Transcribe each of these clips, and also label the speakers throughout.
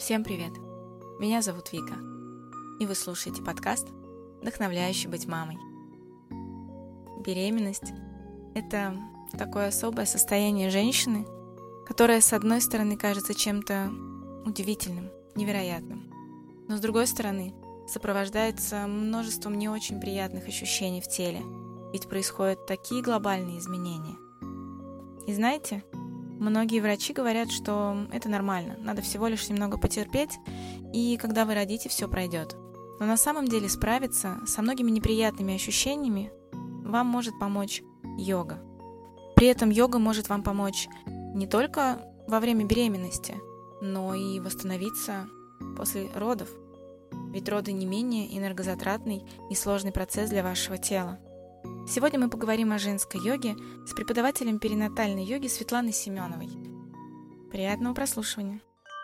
Speaker 1: Всем привет! Меня зовут Вика, и вы слушаете подкаст «Вдохновляющий быть мамой». Беременность – это такое особое состояние женщины, которое, с одной стороны, кажется чем-то удивительным, невероятным, но с другой стороны, сопровождается множеством не очень приятных ощущений в теле, ведь происходят такие глобальные изменения. И знаете, многие врачи говорят, что это нормально, надо всего лишь немного потерпеть, и когда вы родите, все пройдет. Но на самом деле справиться со многими неприятными ощущениями вам может помочь йога. При этом йога может вам помочь не только во время беременности, но и восстановиться после родов. Ведь роды не менее энергозатратный и сложный процесс для вашего тела. Сегодня мы поговорим о женской йоге с преподавателем перинатальной йоги Светланой Семеновой. Приятного прослушивания!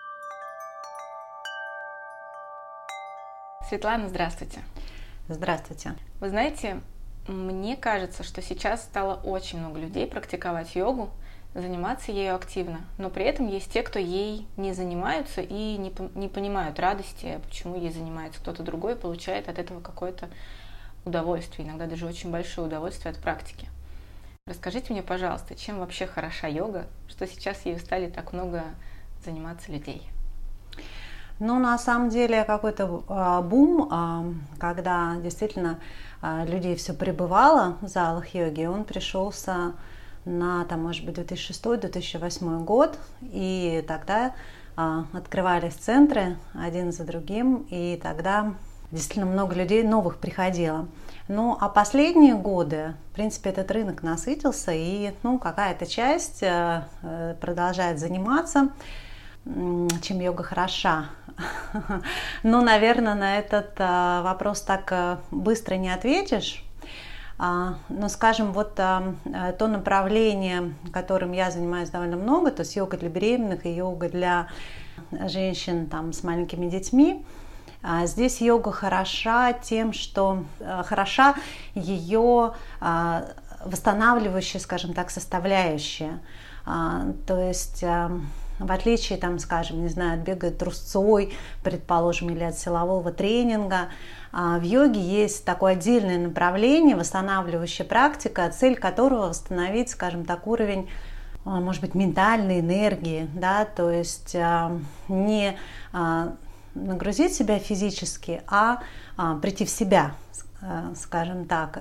Speaker 1: Светлана, здравствуйте!
Speaker 2: Здравствуйте!
Speaker 1: Вы знаете, мне кажется, что сейчас стало очень много людей практиковать йогу, заниматься ею активно, но при этом есть те, кто ей не занимаются и не понимают радости, почему ей занимается кто-то другой, и получает от этого какое-то удовольствие, иногда даже очень большое удовольствие от практики. Расскажите мне, пожалуйста, чем вообще хороша йога, что сейчас ею стали так много заниматься людей?
Speaker 2: Ну, на самом деле, какой-то бум, когда действительно людей все прибывало в залах йоги, он пришелся на, может быть, 2006-2008 год, и тогда открывались центры один за другим, и тогда действительно много людей новых приходило. Ну, а последние годы, в принципе, этот рынок насытился, и какая-то часть продолжает заниматься. Чем йога хороша? Ну, наверное, на этот вопрос так быстро не ответишь. Но, скажем, то направление, которым я занимаюсь довольно много, то есть йога для беременных и йога для женщин с маленькими детьми, здесь йога хороша тем, что хороша ее восстанавливающая, скажем так, составляющая. То есть в отличие, от бега трусцой, предположим, или от силового тренинга, в йоге есть такое отдельное направление, восстанавливающая практика, цель которого восстановить, скажем так, уровень, может быть, ментальной энергии, да, то есть не нагрузить себя физически, а прийти в себя, скажем так.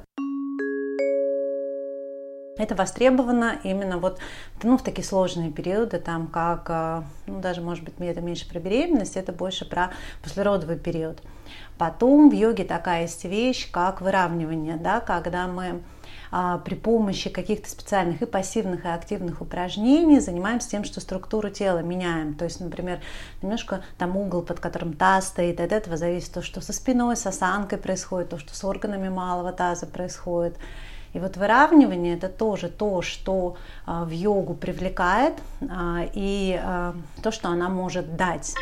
Speaker 2: Это востребовано именно в такие сложные периоды, даже, может быть, это меньше про беременность, это больше про послеродовый период. Потом в йоге такая есть вещь, как выравнивание, да, когда мы при помощи каких-то специальных и пассивных, и активных упражнений занимаемся тем, что структуру тела меняем. То есть, например, немножко угол, под которым таз стоит, от этого зависит то, что со спиной, с осанкой происходит, то, что с органами малого таза происходит. И выравнивание – это тоже то, что в йогу привлекает, и то, что она может дать.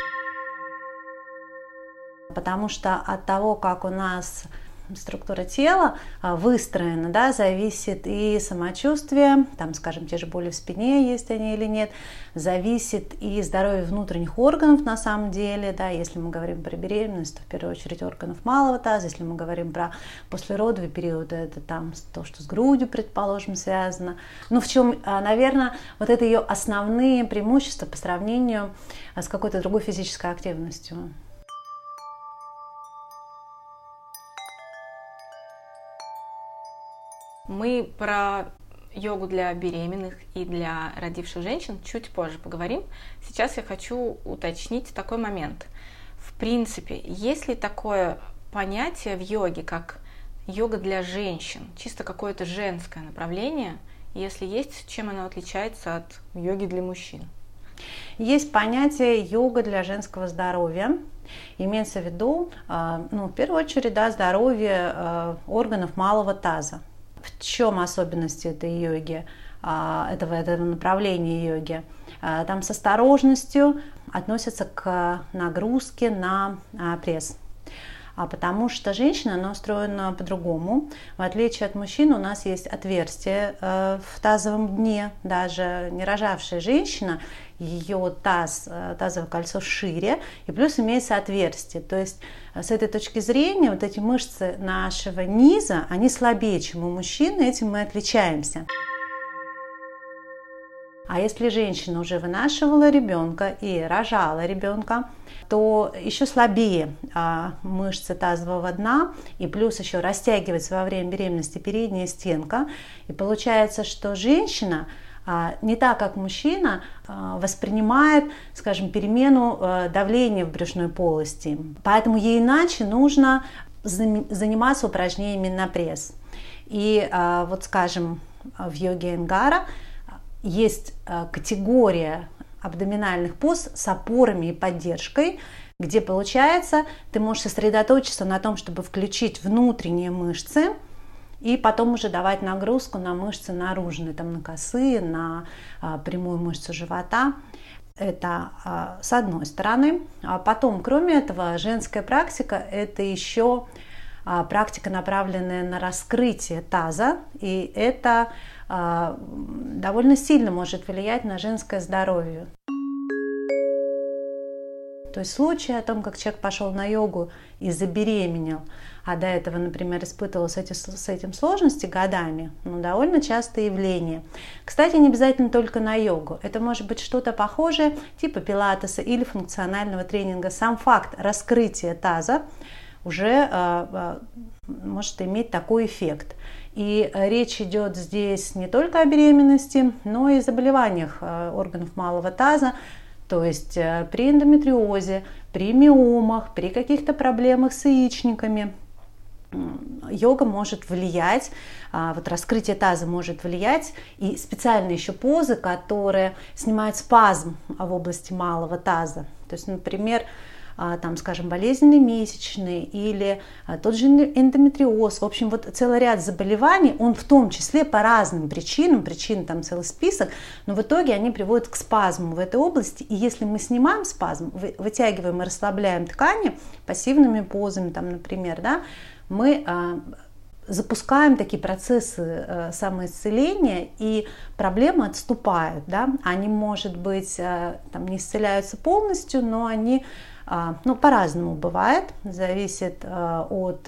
Speaker 2: Потому что от того, как у нас структура тела выстроена, да, зависит и самочувствие, скажем, те же боли в спине, есть они или нет, зависит и здоровье внутренних органов на самом деле, да, если мы говорим про беременность, то в первую очередь органов малого таза, если мы говорим про послеродовый период, это то, что с грудью, предположим, связано. В чем, наверное, это ее основные преимущества по сравнению с какой-то другой физической активностью.
Speaker 1: Мы про йогу для беременных и для родивших женщин чуть позже поговорим. Сейчас я хочу уточнить такой момент. В принципе, есть ли такое понятие в йоге, как йога для женщин? Чисто какое-то женское направление? Если есть, чем оно отличается от йоги для мужчин?
Speaker 2: Есть понятие йога для женского здоровья. Имеется в виду, в первую очередь, здоровье органов малого таза. В чем особенности этой йоги, этого направления йоги? Там с осторожностью относятся к нагрузке на пресс. потому что женщина, она устроена по-другому. В отличие от мужчин, у нас есть отверстие в тазовом дне. Даже не рожавшая женщина, ее тазовое кольцо шире, и плюс имеется отверстие. То есть с этой точки зрения вот эти мышцы нашего низа, они слабее, чем у мужчин, и этим мы отличаемся. А если женщина уже вынашивала ребенка и рожала ребенка, то еще слабее мышцы тазового дна, и плюс еще растягивается во время беременности передняя стенка. И получается, что женщина не так, как мужчина, воспринимает, скажем, перемену давления в брюшной полости. Поэтому ей иначе нужно заниматься упражнениями на пресс. И вот, скажем, в йоге Иенгара есть категория абдоминальных поз с опорами и поддержкой, где, получается, ты можешь сосредоточиться на том, чтобы включить внутренние мышцы, и потом уже давать нагрузку на мышцы наружные, там, на косые, на прямую мышцу живота. Это с одной стороны. А потом, кроме этого, женская практика – это еще практика, направленная на раскрытие таза, и это довольно сильно может влиять на женское здоровье. То есть случай о том, как человек пошел на йогу и забеременел, а до этого, например, испытывал с этим сложности годами, довольно частое явление. Кстати, не обязательно только на йогу. Это может быть что-то похожее, типа пилатеса или функционального тренинга. Сам факт раскрытия таза уже может иметь такой эффект. И речь идет здесь не только о беременности, но и заболеваниях органов малого таза, то есть при эндометриозе, при миомах, при каких-то проблемах с яичниками. Йога может влиять, вот раскрытие таза может влиять, и специальные еще позы, которые снимают спазм в области малого таза. То есть, например, там, скажем, болезненные месячные или тот же эндометриоз. В общем, вот целый ряд заболеваний, он в том числе по разным причинам, причин там целый список, но в итоге они приводят к спазму в этой области. И если мы снимаем спазм, вытягиваем и расслабляем ткани пассивными позами, там, например, да, мы запускаем такие процессы самоисцеления, и проблемы отступают. Да? Они, может быть, там, не исцеляются полностью, но они по-разному бывает, зависит от,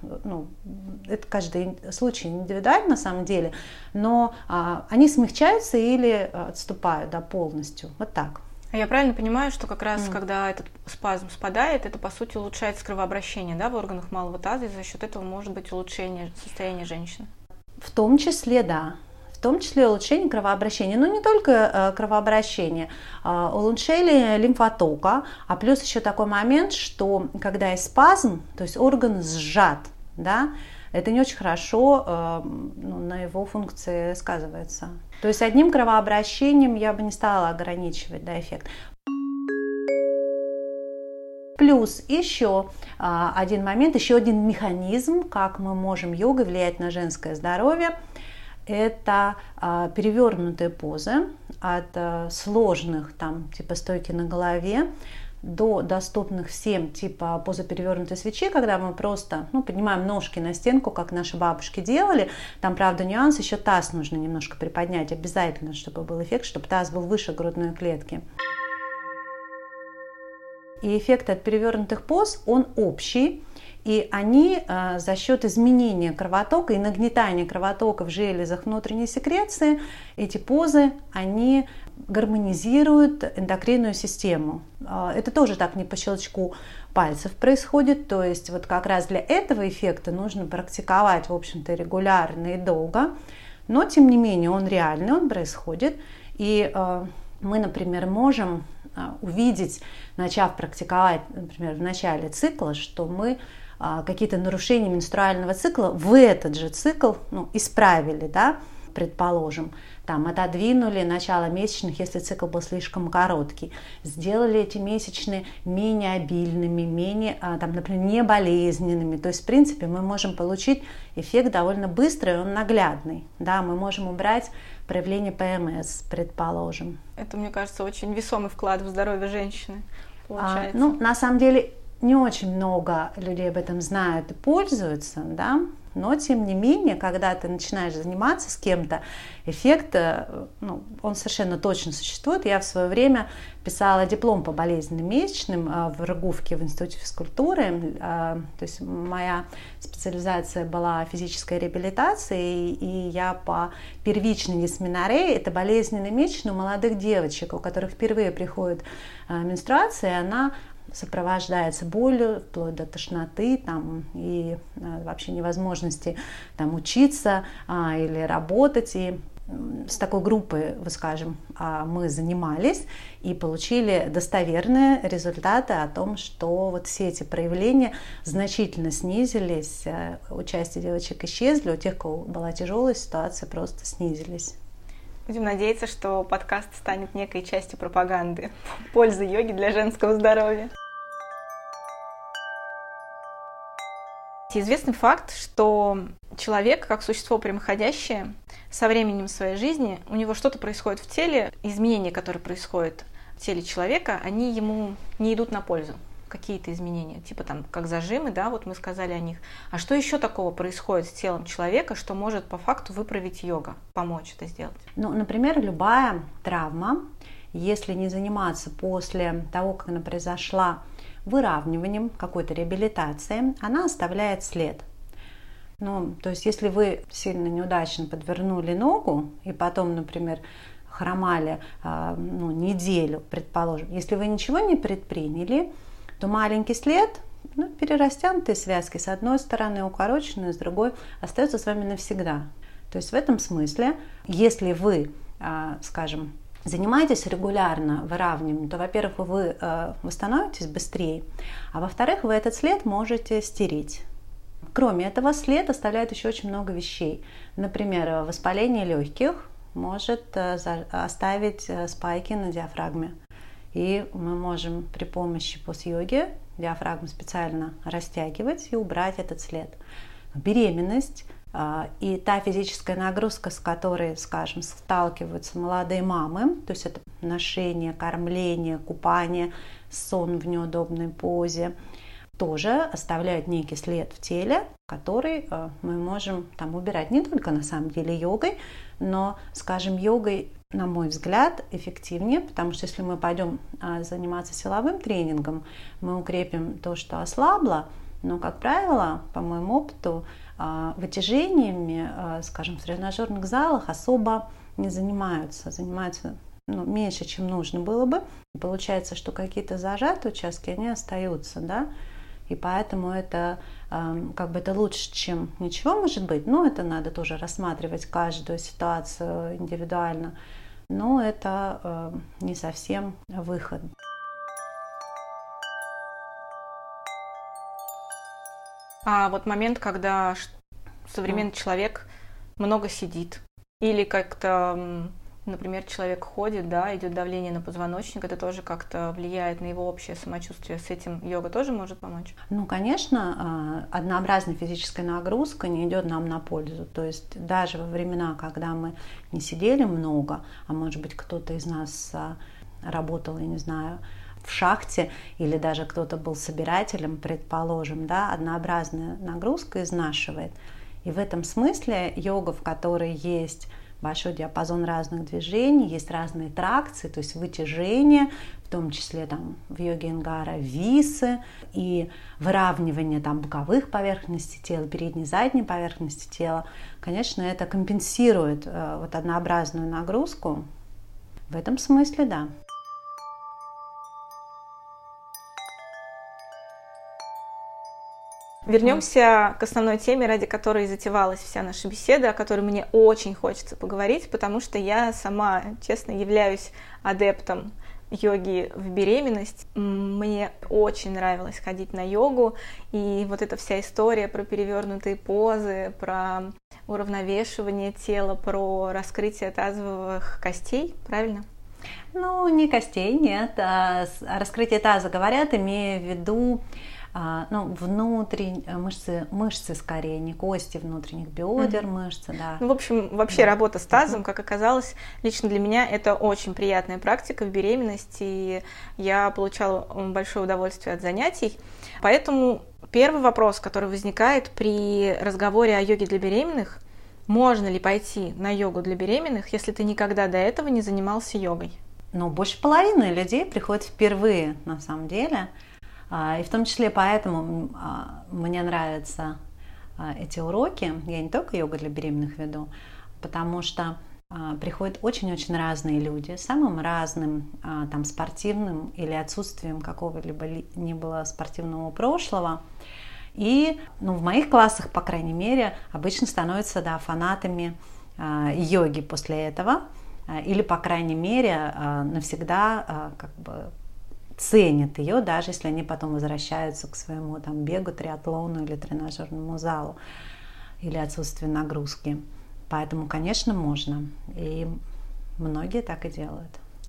Speaker 2: это каждый случай индивидуально на самом деле, но они смягчаются или отступают, да, полностью, вот так.
Speaker 1: А я правильно понимаю, что как раз когда этот спазм спадает, это по сути улучшается кровообращение, да, в органах малого таза, и за счет этого может быть улучшение состояния женщины?
Speaker 2: В том числе, да. В том числе улучшение кровообращения, но не только кровообращение, улучшение лимфотока, а плюс еще такой момент, что когда есть спазм, то есть орган сжат, да, это не очень хорошо на его функции сказывается. То есть одним кровообращением я бы не стала ограничивать, да, эффект. Плюс еще один момент, еще один механизм, как мы можем йогой влиять на женское здоровье. Это перевернутые позы от сложных, там, типа стойки на голове, до доступных всем, типа позы перевернутой свечи, когда мы просто поднимаем ножки на стенку, как наши бабушки делали. Там, правда, нюанс, еще таз нужно немножко приподнять, обязательно, чтобы был эффект, чтобы таз был выше грудной клетки. И эффект от перевернутых поз, он общий. И они за счет изменения кровотока и нагнетания кровотока в железах внутренней секреции, эти позы, они гармонизируют эндокринную систему. Это тоже так не по щелчку пальцев происходит, то есть вот как раз для этого эффекта нужно практиковать, в общем-то, регулярно и долго, но тем не менее он реальный, он происходит. И мы, например, можем увидеть, начав практиковать, например, в начале цикла, что мы какие-то нарушения менструального цикла в этот же цикл исправили, да, предположим, там, отодвинули начало месячных, если цикл был слишком короткий, сделали эти месячные менее обильными, менее, там, например, не болезненными. То есть, в принципе, мы можем получить эффект довольно быстрый, он наглядный. Да, мы можем убрать проявление ПМС, предположим.
Speaker 1: Это, мне кажется, очень весомый вклад в здоровье женщины получается.
Speaker 2: На самом деле, не очень много людей об этом знают и пользуются, да, но тем не менее, когда ты начинаешь заниматься с кем-то, эффект, он совершенно точно существует. Я в свое время писала диплом по болезненным месячным в РГУФке в Институте физкультуры. То есть моя специализация была физическая реабилитация, и я по первичной дисменореи, это болезненные месячные у молодых девочек, у которых впервые приходит менструация, она сопровождается болью, вплоть до тошноты там, и вообще невозможности там, учиться или работать. И с такой группой, скажем, мы занимались и получили достоверные результаты о том, что вот все эти проявления значительно снизились, участие девочек исчезли, у тех, у кого была тяжелая ситуация, просто снизились.
Speaker 1: Будем надеяться, что подкаст станет некой частью пропаганды пользы йоги для женского здоровья. Известный факт, что человек, как существо прямоходящее, со временем своей жизни, у него что-то происходит в теле, изменения, которые происходят в теле человека, они ему не идут на пользу. Какие-то изменения, типа там, как зажимы, да, вот мы сказали о них. А что еще такого происходит с телом человека, что может по факту выправить йога, помочь это сделать?
Speaker 2: Например, любая травма, если не заниматься после того, как она произошла, выравниванием, какой-то реабилитацией, она оставляет след. То есть, если вы сильно неудачно подвернули ногу и потом, например, хромали неделю, предположим, если вы ничего не предприняли, то маленький след, перерастянутые связки с одной стороны, укороченные с другой, остаются с вами навсегда. То есть в этом смысле, если вы, скажем, занимаетесь регулярно выравниванием, то, во-первых, вы восстановитесь быстрее, а во-вторых, вы этот след можете стереть. Кроме этого, след оставляет еще очень много вещей. Например, воспаление легких может оставить спайки на диафрагме. И мы можем при помощи пост-йоги диафрагму специально растягивать и убрать этот след. Беременность и та физическая нагрузка, с которой, скажем, сталкиваются молодые мамы, то есть это ношение, кормление, купание, сон в неудобной позе, тоже оставляют некий след в теле, который мы можем убирать не только на самом деле йогой, но, скажем, йогой, на мой взгляд, эффективнее, потому что если мы пойдем заниматься силовым тренингом, мы укрепим то, что ослабло, но, как правило, по моему опыту, вытяжениями, скажем, в тренажерных залах особо не занимаются меньше, чем нужно было бы. И получается, что какие-то зажатые участки, они остаются, да, и поэтому это это лучше, чем ничего может быть, но это надо тоже рассматривать каждую ситуацию индивидуально, но это не совсем выход.
Speaker 1: А вот момент, когда современный человек много сидит, или как-то, например, человек ходит, да, идет давление на позвоночник, это тоже как-то влияет на его общее самочувствие. С этим йога тоже может помочь?
Speaker 2: Конечно, однообразная физическая нагрузка не идет нам на пользу. То есть даже во времена, когда мы не сидели много, а может быть кто-то из нас работал, я не знаю, в шахте, или даже кто-то был собирателем, предположим, да, однообразная нагрузка изнашивает. И в этом смысле йога, в которой есть большой диапазон разных движений, есть разные тракции, то есть вытяжение, в том числе в йоге Ингара висы и выравнивание боковых поверхностей тела, передней и задней поверхности тела, конечно, это компенсирует однообразную нагрузку. В этом смысле, да.
Speaker 1: Вернемся к основной теме, ради которой затевалась вся наша беседа, о которой мне очень хочется поговорить, потому что я сама, честно, являюсь адептом йоги в беременность. Мне очень нравилось ходить на йогу, и вот эта вся история про перевернутые позы, про уравновешивание тела, про раскрытие тазовых костей, правильно?
Speaker 2: Не костей, нет. Раскрытие таза, говорят, имея в виду ну, мышцы скорее, не кости внутренних бедер, мышцы, да.
Speaker 1: Ну, в общем, вообще работа с тазом, как оказалось, лично для меня это очень приятная практика в беременности, и я получала большое удовольствие от занятий. Поэтому первый вопрос, который возникает при разговоре о йоге для беременных: можно ли пойти на йогу для беременных, если ты никогда до этого не занимался йогой?
Speaker 2: Ну, больше половины людей приходят впервые, на самом деле. И в том числе поэтому мне нравятся эти уроки. Я не только йогу для беременных веду, потому что приходят очень-очень разные люди с самым разным там, спортивным или отсутствием какого-либо ни было спортивного прошлого. И ну, в моих классах, по крайней мере, обычно становятся фанатами йоги после этого. Или, по крайней мере, навсегда как бы ценят ее, даже если они потом возвращаются к своему там, бегу, триатлону или тренажерному залу, или отсутствию нагрузки. Поэтому, конечно, можно. И многие так и делают.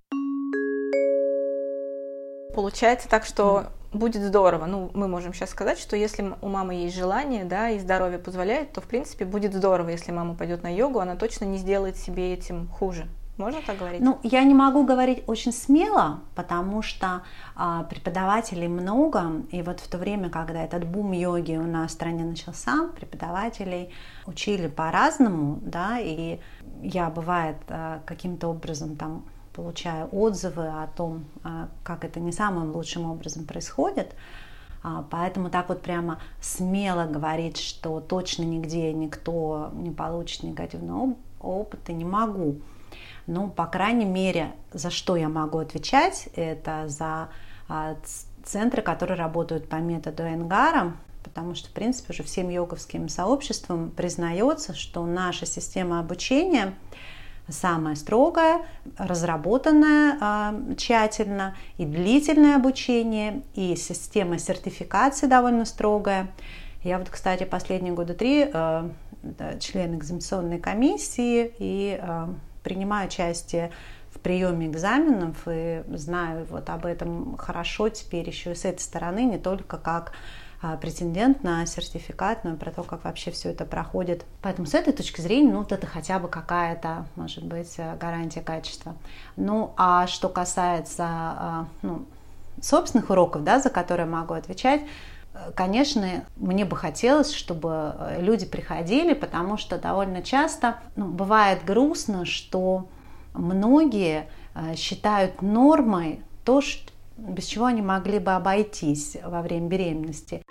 Speaker 1: Получается так, что будет здорово. Ну, мы можем сейчас сказать, что если у мамы есть желание, да, и здоровье позволяет, то, в принципе, будет здорово, если мама пойдет на йогу, она точно не сделает себе этим хуже. Можно так говорить?
Speaker 2: Ну, я не могу говорить очень смело, потому что преподавателей много, и вот в то время, когда этот бум йоги у нас в стране начался, преподавателей учили по-разному, да, и я, бывает, каким-то образом там получаю отзывы о том, как это не самым лучшим образом происходит, поэтому так вот прямо смело говорить, что точно нигде никто не получит негативного опыта, не могу. Ну, по крайней мере, за что я могу отвечать, это за центры, которые работают по методу Энгара, потому что, в принципе, уже всем йоговским сообществом признается, что наша система обучения самая строгая, разработанная тщательно, и длительное обучение, и система сертификации довольно строгая. Я вот, кстати, последние года 3 член экзаменационной комиссии и принимаю участие в приеме экзаменов и знаю вот об этом хорошо теперь еще и с этой стороны, не только как претендент на сертификат, но и про то, как вообще все это проходит. Поэтому с этой точки зрения, ну, вот это хотя бы какая-то, может быть, гарантия качества. Ну, а что касается собственных уроков, да, за которые могу отвечать, конечно, мне бы хотелось, чтобы люди приходили, потому что довольно часто бывает грустно, что многие считают нормой то, без чего они могли бы обойтись во время беременности.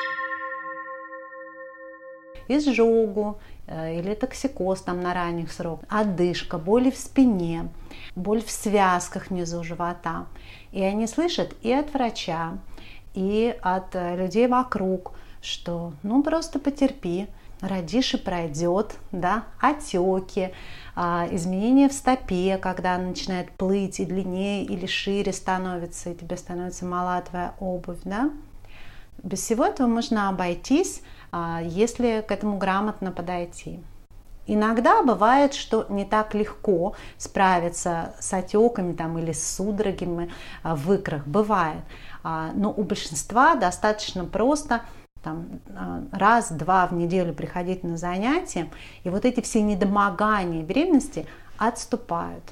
Speaker 2: Изжогу или токсикоз там на ранних сроках, одышка, боли в спине, боль в связках внизу живота. И они слышат и от врача, и от людей вокруг, что ну просто потерпи, родишь и пройдет, да, отеки, изменения в стопе, когда она начинает плыть и длиннее или шире становится, и тебе становится мала твоя обувь, да. Без всего этого можно обойтись, если к этому грамотно подойти. Иногда бывает, что не так легко справиться с отеками там, или с судорогами в икрах, бывает. Но у большинства достаточно просто там, раз-два в неделю приходить на занятия, и вот эти все недомогания беременности отступают.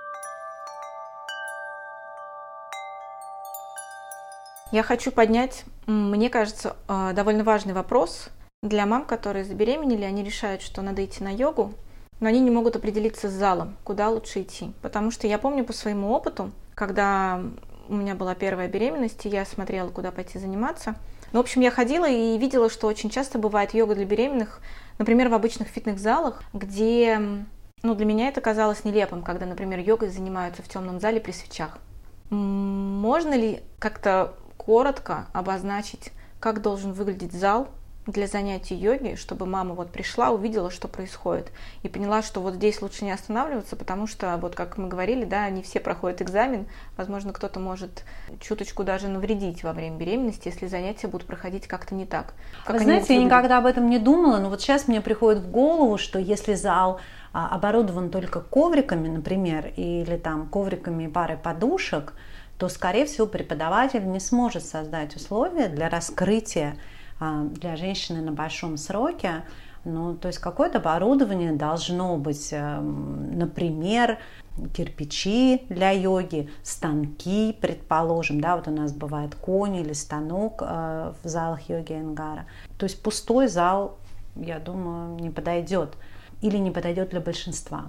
Speaker 1: Я хочу поднять, мне кажется, довольно важный вопрос для мам, которые забеременели. Они решают, что надо идти на йогу, но они не могут определиться с залом, куда лучше идти. Потому что я помню по своему опыту, когда у меня была первая беременность, и я смотрела, куда пойти заниматься. Ну, в общем, я ходила и видела, что очень часто бывает йога для беременных, например, в обычных фитнес-залах, где, для меня это казалось нелепым, когда, например, йогой занимаются в темном зале при свечах. Можно ли как-то коротко обозначить, как должен выглядеть зал для занятий йоги, чтобы мама вот пришла, увидела, что происходит, и поняла, что вот здесь лучше не останавливаться, потому что, вот как мы говорили, да, не все проходят экзамен, возможно, кто-то может чуточку даже навредить во время беременности, если занятия будут проходить как-то не так.
Speaker 2: Вы знаете, я никогда об этом не думала, но вот сейчас мне приходит в голову, что если зал оборудован только ковриками, например, или там ковриками и парой подушек, то, скорее всего, преподаватель не сможет создать условия для раскрытия для женщины на большом сроке. Ну, то есть какое-то оборудование должно быть, например, кирпичи для йоги, станки, предположим, да, вот у нас бывает конь или станок в залах йоги Айенгара. То есть пустой зал, я думаю, не подойдет или не подойдет для большинства.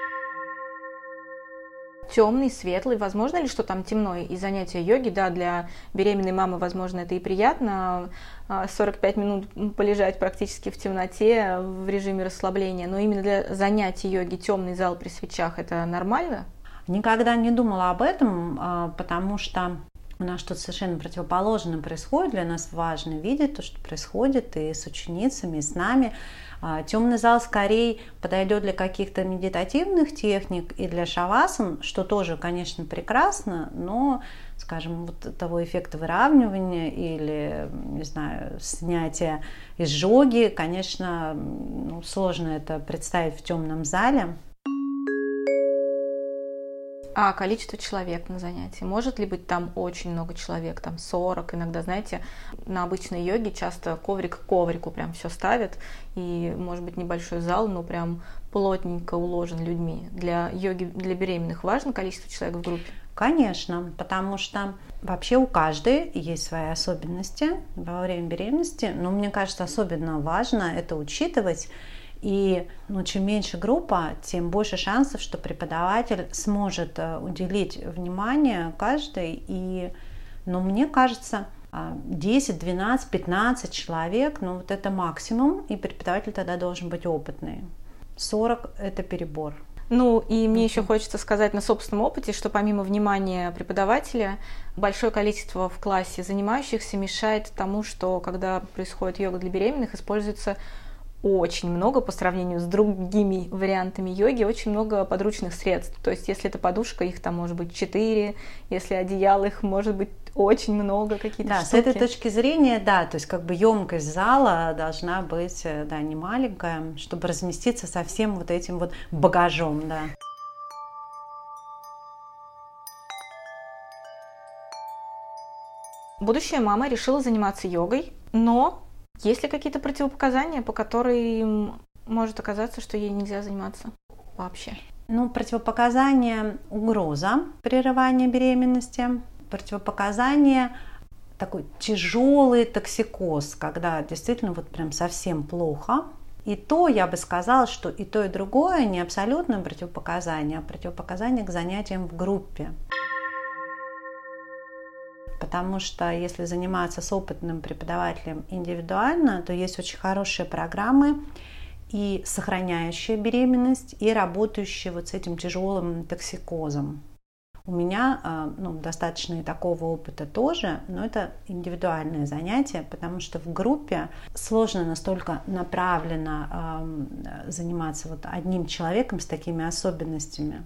Speaker 1: Темный, светлый, возможно ли, что там темно и занятия йоги, да, для беременной мамы, возможно, это и приятно, 45 минут полежать практически в темноте в режиме расслабления, но именно для занятий йоги темный зал при свечах это нормально?
Speaker 2: Никогда не думала об этом, потому что у нас что-то совершенно противоположное происходит. Для нас важно видеть то, что происходит и с ученицами, и с нами. Темный зал скорее подойдет для каких-то медитативных техник и для шавасан, что тоже, конечно, прекрасно, но, скажем, вот того эффекта выравнивания или, не знаю, снятия изжоги, конечно, сложно это представить в темном зале.
Speaker 1: А количество человек на занятии? Может ли быть там очень много человек, там 40? Иногда, знаете, на обычной йоге часто коврик к коврику прям все ставят, и может быть небольшой зал, но прям плотненько уложен людьми. Для йоги, для беременных важно количество человек в группе?
Speaker 2: Конечно, потому что вообще у каждой есть свои особенности во время беременности, но мне кажется, особенно важно это учитывать. И чем меньше группа, тем больше шансов, что преподаватель сможет уделить внимание каждой. И, мне кажется, 10, 12, 15 человек, вот это максимум, и преподаватель тогда должен быть опытный. 40 – это перебор.
Speaker 1: И мне еще хочется сказать на собственном опыте, что помимо внимания преподавателя, большое количество в классе занимающихся мешает тому, что когда происходит йога для беременных, используется очень много по сравнению с другими вариантами йоги, очень много подручных средств. То есть, если это подушка, их там может быть 4, если одеяло, их может быть очень много, какие-то штуки.
Speaker 2: С этой точки зрения, то есть емкость зала должна быть, не маленькая, чтобы разместиться со всем вот этим вот багажом,
Speaker 1: Будущая мама решила заниматься йогой, но есть ли какие-то противопоказания, по которым может оказаться, что ей нельзя заниматься вообще?
Speaker 2: Противопоказание – угроза прерывания беременности, противопоказание – такой тяжелый токсикоз, когда действительно вот прям совсем плохо. И то, я бы сказала, что и то, и другое не абсолютное противопоказание, а противопоказание к занятиям в группе. Потому что если заниматься с опытным преподавателем индивидуально, то есть очень хорошие программы, и сохраняющие беременность, и работающие вот с этим тяжелым токсикозом. У меня достаточно и такого опыта тоже, но это индивидуальное занятие, потому что в группе сложно настолько направленно заниматься вот одним человеком с такими особенностями.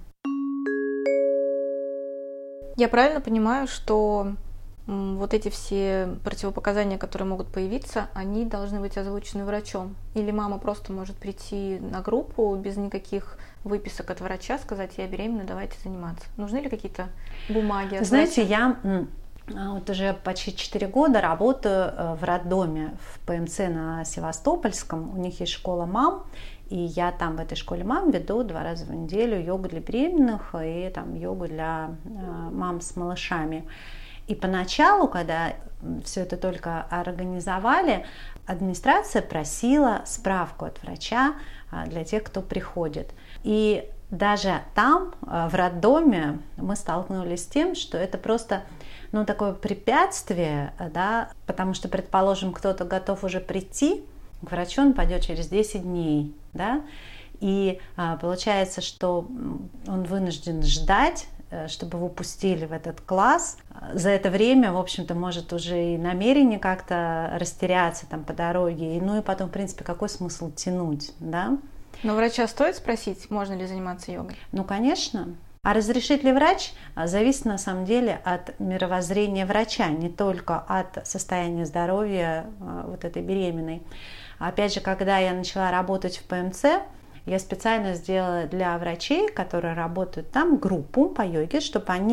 Speaker 1: Я правильно понимаю, что вот эти все противопоказания, которые могут появиться, они должны быть озвучены врачом? Или мама просто может прийти на группу без никаких выписок от врача, сказать: я беременна, давайте заниматься? Нужны ли какие-то бумаги?
Speaker 2: Знаете, я вот уже почти 4 года работаю в роддоме в ПМЦ на Севастопольском. У них есть школа мам, и я там в этой школе мам веду 2 раза в неделю йогу для беременных и там йогу для мам с малышами. И поначалу, когда все это только организовали, администрация просила справку от врача для тех, кто приходит. И даже там, в роддоме, мы столкнулись с тем, что это просто такое препятствие, потому что, предположим, кто-то готов уже прийти, к врачу он пойдет через 10 дней, и получается, что он вынужден ждать, чтобы его пустили в этот класс. За это время, в общем-то, может уже и намерение как-то растеряться там по дороге. И потом, в принципе, какой смысл тянуть,
Speaker 1: Но врача стоит спросить, можно ли заниматься йогой?
Speaker 2: Конечно. А разрешит ли врач, зависит на самом деле от мировоззрения врача, не только от состояния здоровья вот этой беременной. Опять же, когда я начала работать в ПМЦ, я специально сделала для врачей, которые работают там, группу по йоге, чтобы они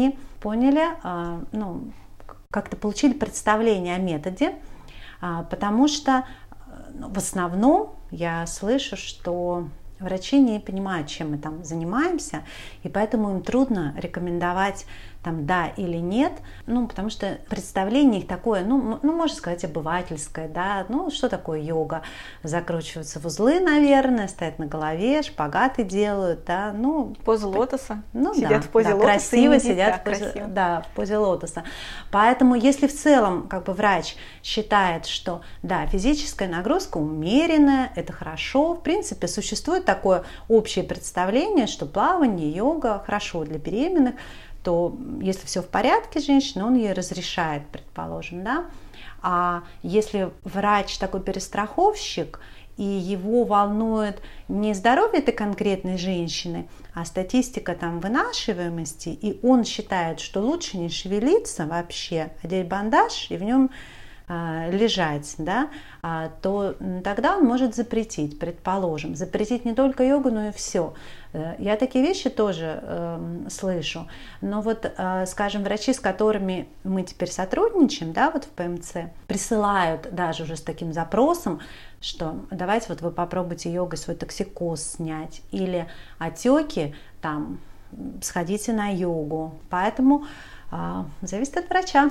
Speaker 2: поняли, ну, как-то получили представление о методе, потому что в основном я слышу, что врачи не понимают, чем мы там занимаемся, и поэтому им трудно рекомендовать там да или нет, ну, потому что представление их такое, ну, можно сказать, обывательское, да, ну, что такое йога? Закручиваются в узлы, наверное, стоят на голове, шпагаты делают, да, ну.
Speaker 1: Поза лотоса,
Speaker 2: ну,
Speaker 1: сидят
Speaker 2: да,
Speaker 1: в позе
Speaker 2: да,
Speaker 1: лотоса.
Speaker 2: Красиво сидят в
Speaker 1: позе,
Speaker 2: да, в позе лотоса. Поэтому, если в целом, как бы, врач считает, что, да, физическая нагрузка умеренная, это хорошо, в принципе, существует такое общее представление, что плавание, йога хорошо для беременных, то если все в порядке с женщиной, он ей разрешает, предположим, да. А если врач такой перестраховщик, и его волнует не здоровье этой конкретной женщины, а статистика там вынашиваемости, и он считает, что лучше не шевелиться вообще, одеть бандаж и в нем лежать, да, то тогда он может запретить, предположим, запретить не только йогу, но и все. Я такие вещи тоже слышу. Но вот, скажем, врачи, с которыми мы теперь сотрудничаем, да, вот в ПМЦ, присылают даже уже с таким запросом, что давайте вот вы попробуйте йогой свой токсикоз снять, или отеки, там, сходите на йогу. Поэтому зависит от врача.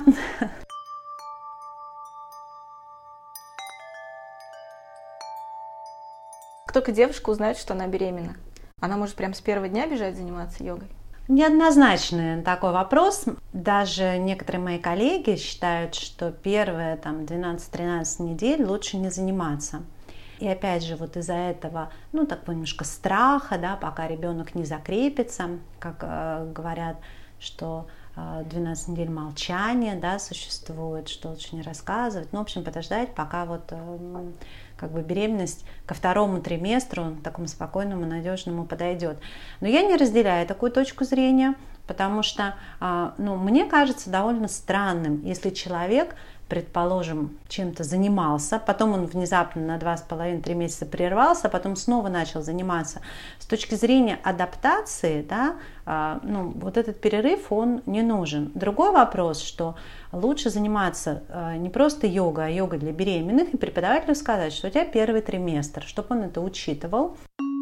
Speaker 1: Как только девушка узнает, что она беременна, она может прям с первого дня бежать заниматься йогой?
Speaker 2: Неоднозначный такой вопрос. Даже некоторые мои коллеги считают, что первые там 12-13 недель лучше не заниматься. И опять же, вот из-за этого, ну, такого немножко страха, да, пока ребенок не закрепится, как говорят, что 12 недель молчания, да, существует, что лучше не рассказывать. Ну, в общем, подождать, пока вот как бы беременность ко второму триместру, такому спокойному, надежному подойдет. Но я не разделяю такую точку зрения, потому что, ну, мне кажется довольно странным, если человек, предположим, чем-то занимался, потом он внезапно на 2,5-3 месяца прервался, потом снова начал заниматься. С точки зрения адаптации, да, ну, вот этот перерыв, он не нужен. Другой вопрос, что лучше заниматься не просто йогой, а йогой для беременных, и преподавателю сказать, что у тебя первый триместр, чтобы он это учитывал.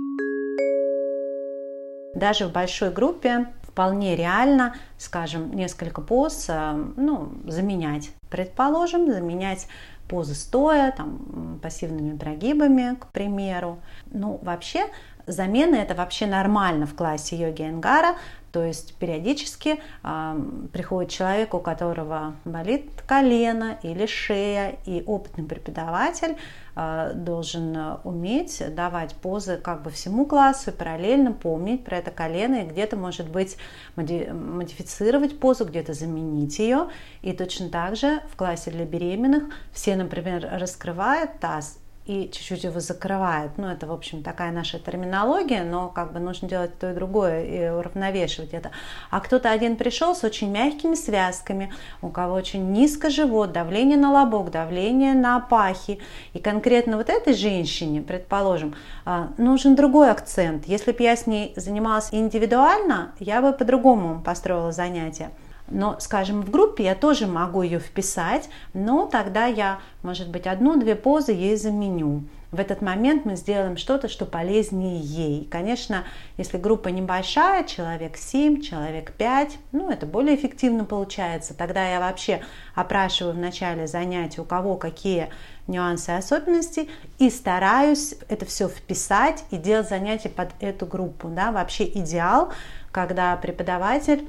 Speaker 2: Даже в большой группе вполне реально, скажем, несколько поз, ну, заменять. Предположим, заменять позы стоя, там, пассивными прогибами, к примеру. Ну, вообще, замена это вообще нормально в классе йоги Айенгара. То есть периодически приходит человек, у которого болит колено или шея, и опытный преподаватель должен уметь давать позы как бы всему классу и параллельно помнить про это колено и где-то, может быть, модифицировать позу, где-то заменить ее. И точно так же в классе для беременных все, например, раскрывают таз и чуть-чуть его закрывает. Ну, это, в общем, такая наша терминология, но как бы нужно делать то и другое и уравновешивать это. А кто-то один пришел с очень мягкими связками, у кого очень низко живот, давление на лобок, давление на пахи. И конкретно вот этой женщине, предположим, нужен другой акцент. Если бы я с ней занималась индивидуально, я бы по-другому построила занятия. Но, скажем, в группе я тоже могу ее вписать, но тогда я, может быть, 1-2 позы ей заменю. В этот момент мы сделаем что-то, что полезнее ей. Конечно, если группа небольшая, человек 7, человек 5, ну, это более эффективно получается. Тогда я вообще опрашиваю в начале занятия, у кого какие нюансы и особенности, и стараюсь это все вписать и делать занятия под эту группу. Да? Вообще идеал, когда преподаватель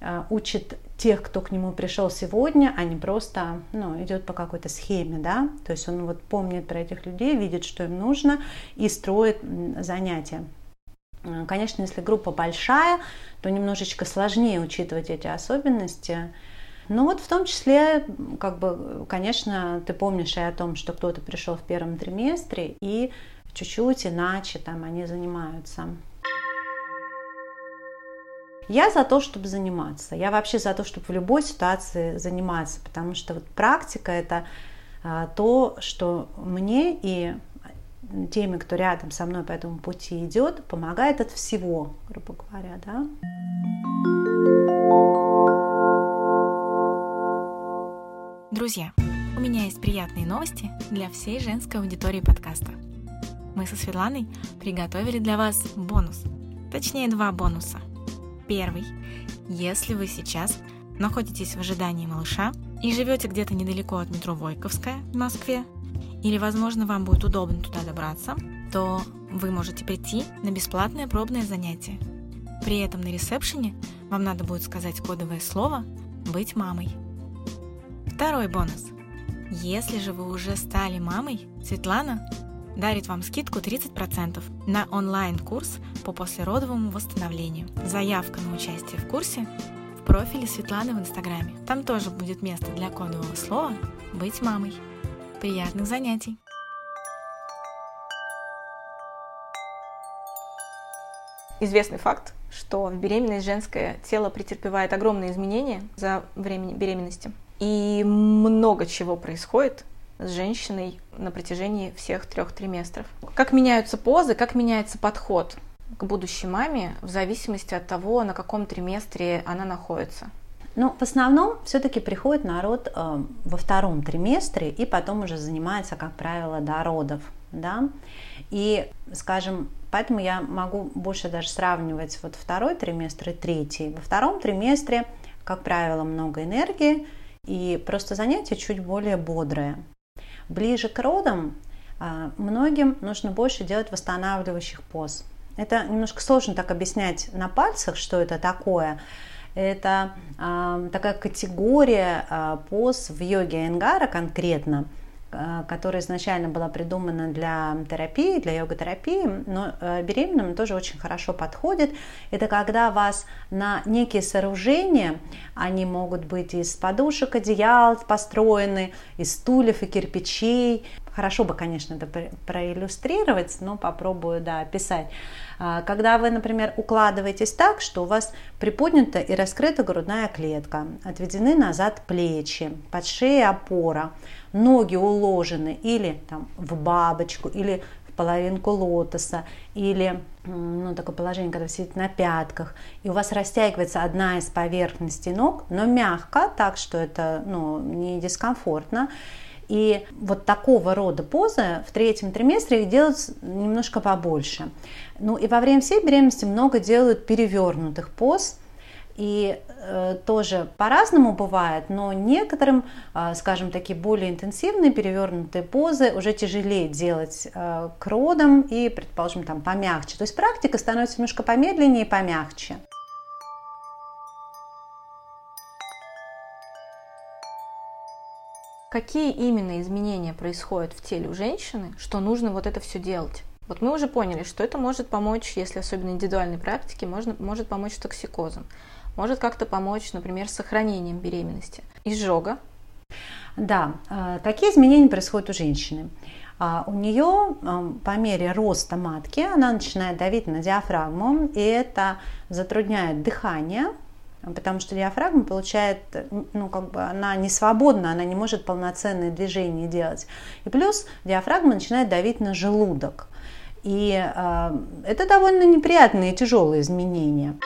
Speaker 2: учит тех, кто к нему пришел сегодня, а не просто, ну, идет по какой-то схеме, да, то есть он вот помнит про этих людей, видит, что им нужно, и строит занятия. Конечно, если группа большая, то немножечко сложнее учитывать эти особенности. Но вот в том числе, как бы, конечно, ты помнишь и о том, что кто-то пришел в первом триместре, и чуть-чуть иначе там они занимаются. Я за то, чтобы заниматься. Я вообще за то, чтобы в любой ситуации заниматься, потому что вот практика – это то, что мне и теми, кто рядом со мной по этому пути идет, помогает от всего, грубо говоря, да.
Speaker 1: Друзья, у меня есть приятные новости для всей женской аудитории подкаста. Мы со Светланой приготовили для вас бонус, точнее 2 бонуса. Первый. Если вы сейчас находитесь в ожидании малыша и живете где-то недалеко от метро Войковская в Москве, или, возможно, вам будет удобно туда добраться, то вы можете прийти на бесплатное пробное занятие. При этом на ресепшене вам надо будет сказать кодовое слово «Быть мамой». Второй бонус. Если же вы уже стали мамой, Светлана дарит вам скидку 30% на онлайн-курс по послеродовому восстановлению. Заявка на участие в курсе в профиле Светланы в Инстаграме. Там тоже будет место для кодового слова «Быть мамой». Приятных занятий! Известный факт, что в беременность женское тело претерпевает огромные изменения за время беременности. И много чего происходит с женщиной на протяжении всех 3 триместров. Как меняются позы, как меняется подход к будущей маме в зависимости от того, на каком триместре она находится.
Speaker 2: В основном все-таки приходит народ во 2 триместре и потом уже занимается, как правило, до родов. Да? И, скажем, поэтому я могу больше даже сравнивать 2 триместр и 3. Во 2 триместре, как правило, много энергии, и просто занятия чуть более бодрые. Ближе к родам многим нужно больше делать восстанавливающих поз. Это немножко сложно так объяснять на пальцах, что это такое. Это такая категория поз в йоге Айенгара конкретно, которая изначально была придумана для терапии, для йога-терапии, но беременным тоже очень хорошо подходит. Это когда вас на некие сооружения, они могут быть из подушек, одеял построены, из стульев и кирпичей. Хорошо бы, конечно, это проиллюстрировать, но попробую, описать. Когда вы, например, укладываетесь так, что у вас приподнята и раскрыта грудная клетка, отведены назад плечи, под шеей опора, ноги уложены или в бабочку, или в половинку лотоса, или такое положение, когда вы сидите на пятках, и у вас растягивается одна из поверхностей ног, но мягко, так что это не дискомфортно. И такого рода позы в 3 триместре их делают немножко побольше. И во время всей беременности много делают перевернутых поз. И тоже по-разному бывает, но некоторым, скажем, такие более интенсивные перевернутые позы уже тяжелее делать к родам и, предположим, помягче. То есть практика становится немножко помедленнее и помягче.
Speaker 1: Какие именно изменения происходят в теле у женщины, что нужно это все делать? Мы уже поняли, что это может помочь, если особенно индивидуальной практике, может помочь с токсикозом, может как-то помочь, например, с сохранением беременности. Изжога.
Speaker 2: Да, какие изменения происходят у женщины? У нее по мере роста матки она начинает давить на диафрагму, и это затрудняет дыхание, потому что диафрагма получает, она не свободна, она не может полноценные движения делать. И плюс диафрагма начинает давить на желудок. И это довольно неприятные и тяжелые изменения.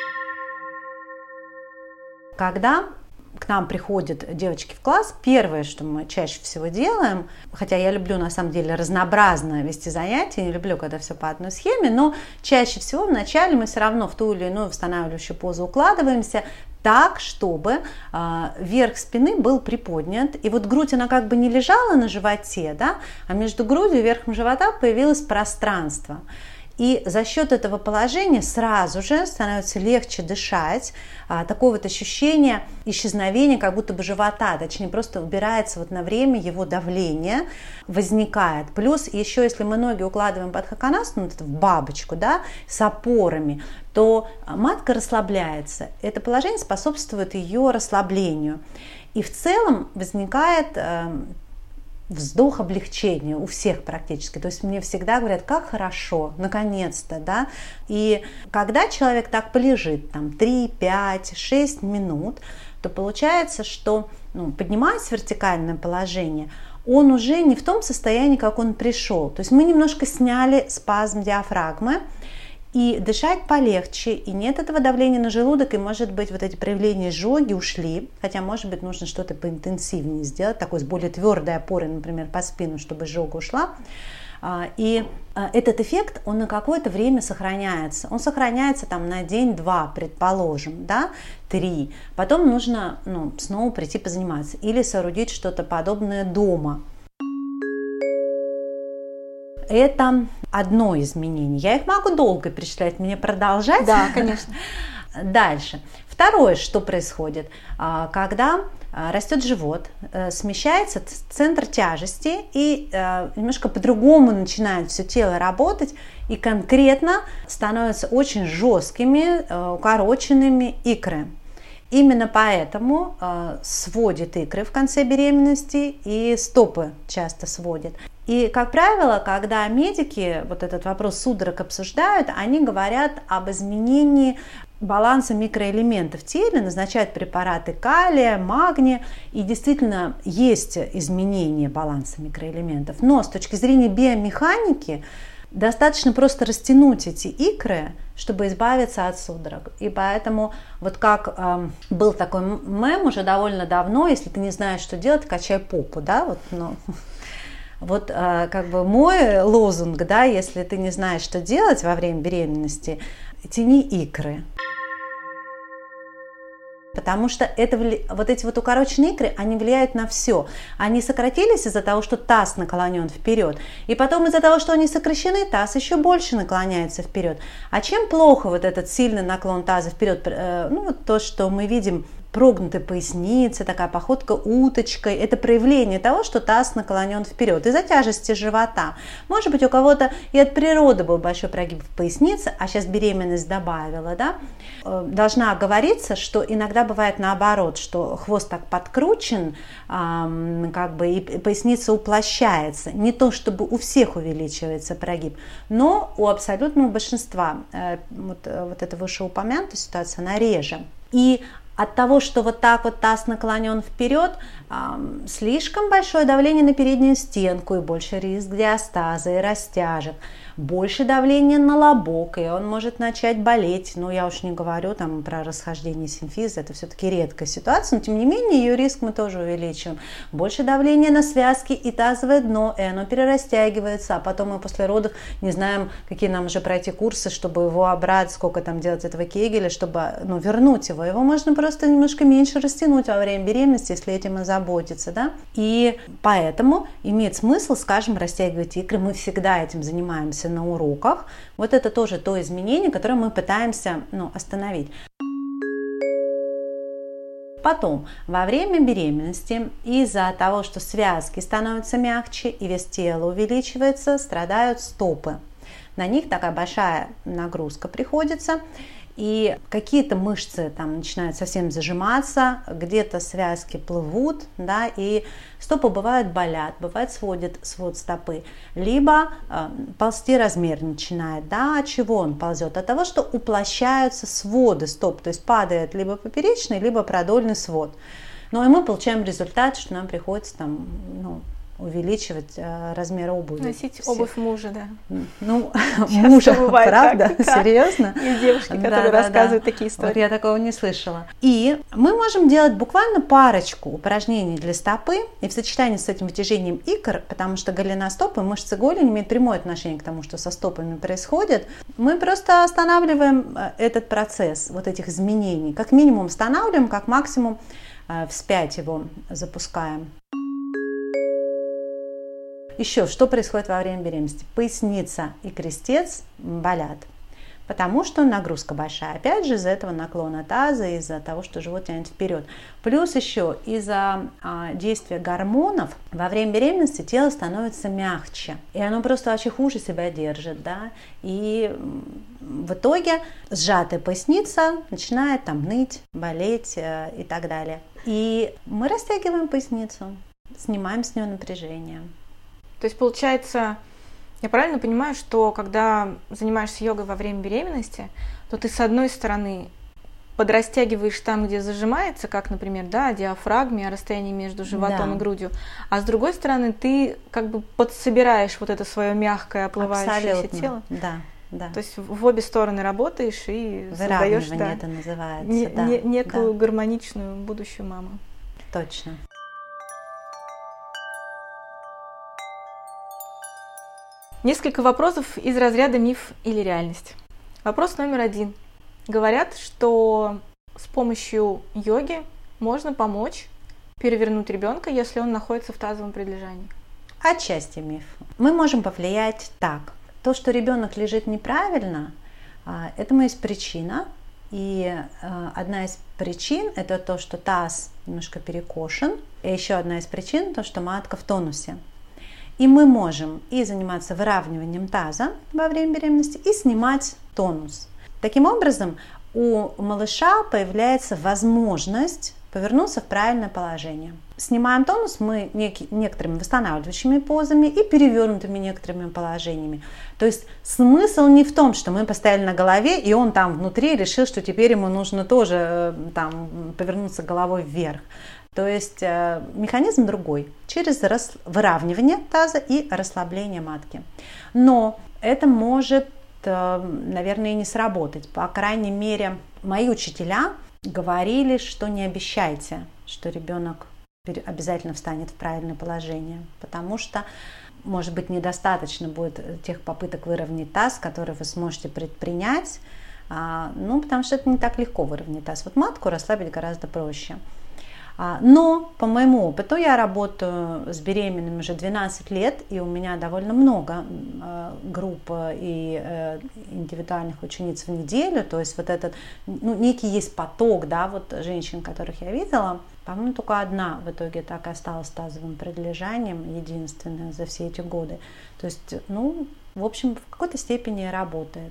Speaker 2: Когда к нам приходят девочки в класс, первое, что мы чаще всего делаем, хотя я люблю на самом деле разнообразно вести занятия, не люблю, когда все по одной схеме, но чаще всего вначале мы все равно в ту или иную восстанавливающую позу укладываемся так, чтобы верх спины был приподнят, и грудь, она как бы не лежала на животе, а между грудью и верхом живота появилось пространство. И за счет этого положения сразу же становится легче дышать, такое ощущение исчезновения как будто бы живота, точнее просто убирается на время его давление, возникает. Плюс еще если мы ноги укладываем под хаканасану, в бабочку, с опорами, то матка расслабляется. Это положение способствует ее расслаблению. И в целом возникает вздох облегчения у всех практически. То есть мне всегда говорят, как хорошо, наконец-то, И когда человек так полежит, 3, 5, 6 минут, то получается, что, поднимаясь в вертикальное положение, он уже не в том состоянии, как он пришел. То есть мы немножко сняли спазм диафрагмы, и дышать полегче, и нет этого давления на желудок, и, может быть, вот эти проявления изжоги ушли, хотя, может быть, нужно что-то поинтенсивнее сделать, такой с более твердой опорой, например, по спину, чтобы изжога ушла. И этот эффект, он на какое-то время сохраняется. Он сохраняется там на день-два, предположим, да, 3. Потом нужно снова прийти позаниматься или соорудить что-то подобное дома. Это одно изменение. Я их могу долго перечислять, мне продолжать?
Speaker 1: Да, конечно.
Speaker 2: Дальше. Второе, что происходит, когда растет живот, смещается центр тяжести и немножко по-другому начинает все тело работать, и конкретно становятся очень жесткими, укороченными икры. Именно поэтому сводит икры в конце беременности и стопы часто сводит. И, как правило, когда медики вот этот вопрос судорог обсуждают, они говорят об изменении баланса микроэлементов в теле, назначают препараты калия, магния, и действительно есть изменение баланса микроэлементов. Но с точки зрения биомеханики достаточно просто растянуть эти икры, чтобы избавиться от судорог. И поэтому, вот как был такой мем уже довольно давно, если ты не знаешь, что делать, качай попу, да, вот, ну. Вот как бы мой лозунг, да, если ты не знаешь, что делать во время беременности, тяни икры. Потому что вот эти вот укороченные икры, они влияют на все. Они сократились из-за того, что таз наклонен вперед. И потом из-за того, что они сокращены, таз еще больше наклоняется вперед. А чем плохо вот этот сильный наклон таза вперед? Ну, вот то, что мы видим, прогнутая поясница, такая походка уточкой, это проявление того, что таз наклонен вперед из-за тяжести живота. Может быть, у кого-то и от природы был большой прогиб в пояснице, а сейчас беременность добавила, да? Должна оговориться, что иногда бывает наоборот, что хвост так подкручен, как бы и поясница уплощается. Не то, чтобы у всех увеличивается прогиб, но у абсолютного большинства вот эта вышеупомянутая ситуация, она реже. И от того, что вот так вот таз наклонен вперед, слишком большое давление на переднюю стенку и больше риск диастаза и растяжек, больше давления на лобок, и он может начать болеть. Ну, я уж не говорю там про расхождение симфиза, это все-таки редкая ситуация, но тем не менее ее риск мы тоже увеличиваем. Больше давления на связки и тазовое дно, и оно перерастягивается, а потом мы после родов не знаем, какие нам уже пройти курсы, чтобы его обрать, сколько там делать этого кегеля, чтобы вернуть его. Его можно просто немножко меньше растянуть во время беременности, если этим и заботиться, да. И поэтому имеет смысл, скажем, растягивать икры. Мы всегда этим занимаемся на уроках. Вот это тоже то изменение, которое мы пытаемся остановить. Потом, во время беременности, из-за того, что связки становятся мягче и вес тела увеличивается, страдают стопы. На них такая большая нагрузка приходится. И какие-то мышцы там начинают совсем зажиматься, где-то связки плывут, да, и стопы бывают болят, бывает сводит свод стопы, либо ползти размер начинает, да, от чего он ползет? От того, что уплощаются своды стоп, то есть падает либо поперечный, либо продольный свод. Ну и мы получаем результат, что нам приходится там, увеличивать размер обуви.
Speaker 1: Носить обувь мужа, да.
Speaker 2: Ну, мужа, правда?
Speaker 1: Так,
Speaker 2: серьезно?
Speaker 1: Есть девушки, которые рассказывают такие истории.
Speaker 2: Вот я такого не слышала. И мы можем делать буквально парочку упражнений для стопы, и в сочетании с этим вытяжением икр, потому что голеностопы, мышцы голени имеют прямое отношение к тому, что со стопами происходит. Мы просто останавливаем этот процесс вот этих изменений. Как минимум останавливаем, как максимум вспять его запускаем. Еще, что происходит во время беременности? Поясница и крестец болят, потому что нагрузка большая. Опять же, из-за этого наклона таза, из-за того, что живот тянет вперед. Плюс еще из-за действия гормонов во время беременности тело становится мягче. И оно просто вообще хуже себя держит. Да? И в итоге сжатая поясница начинает там ныть, болеть и так далее. И мы растягиваем поясницу, снимаем с нее напряжение.
Speaker 1: То есть, получается, я правильно понимаю, что когда занимаешься йогой во время беременности, то ты, с одной стороны, подрастягиваешь там, где зажимается, как, например, да, диафрагме, расстояние между животом и грудью, а с другой стороны, ты как бы подсобираешь вот это свое мягкое, оплывающееся тело.
Speaker 2: Да. да.
Speaker 1: То есть в обе стороны работаешь и создаешь,
Speaker 2: Выравнивание это называется,
Speaker 1: некую гармоничную будущую маму.
Speaker 2: Точно.
Speaker 1: Несколько вопросов из разряда миф или реальность. Вопрос номер 1. Говорят, что с помощью йоги можно помочь перевернуть ребенка, если он находится в тазовом прилежании.
Speaker 2: Отчасти миф. Мы можем повлиять так. То, что ребенок лежит неправильно, этому есть причина. И одна из причин – это то, что таз немножко перекошен. И еще одна из причин – то, что матка в тонусе. И мы можем и заниматься выравниванием таза во время беременности, и снимать тонус. Таким образом, у малыша появляется возможность повернуться в правильное положение. Снимаем тонус мы некоторыми восстанавливающими позами и перевернутыми некоторыми положениями. То есть смысл не в том, что мы поставили на голове, и он там внутри решил, что теперь ему нужно тоже там повернуться головой вверх. То есть механизм другой, через выравнивание таза и расслабление матки. Но это может, наверное, и не сработать. По крайней мере, мои учителя говорили, что не обещайте, что ребенок обязательно встанет в правильное положение, потому что, может быть, недостаточно будет тех попыток выровнять таз, которые вы сможете предпринять, потому что это не так легко выровнять таз. Вот матку расслабить гораздо проще. Но по моему опыту, я работаю с беременными уже 12 лет, и у меня довольно много групп и индивидуальных учениц в неделю, то есть вот этот, некий есть поток, да, вот женщин, которых я видела, по-моему, только одна в итоге так и осталась с тазовым прилежанием, единственная за все эти годы. То есть, в общем, в какой-то степени работает.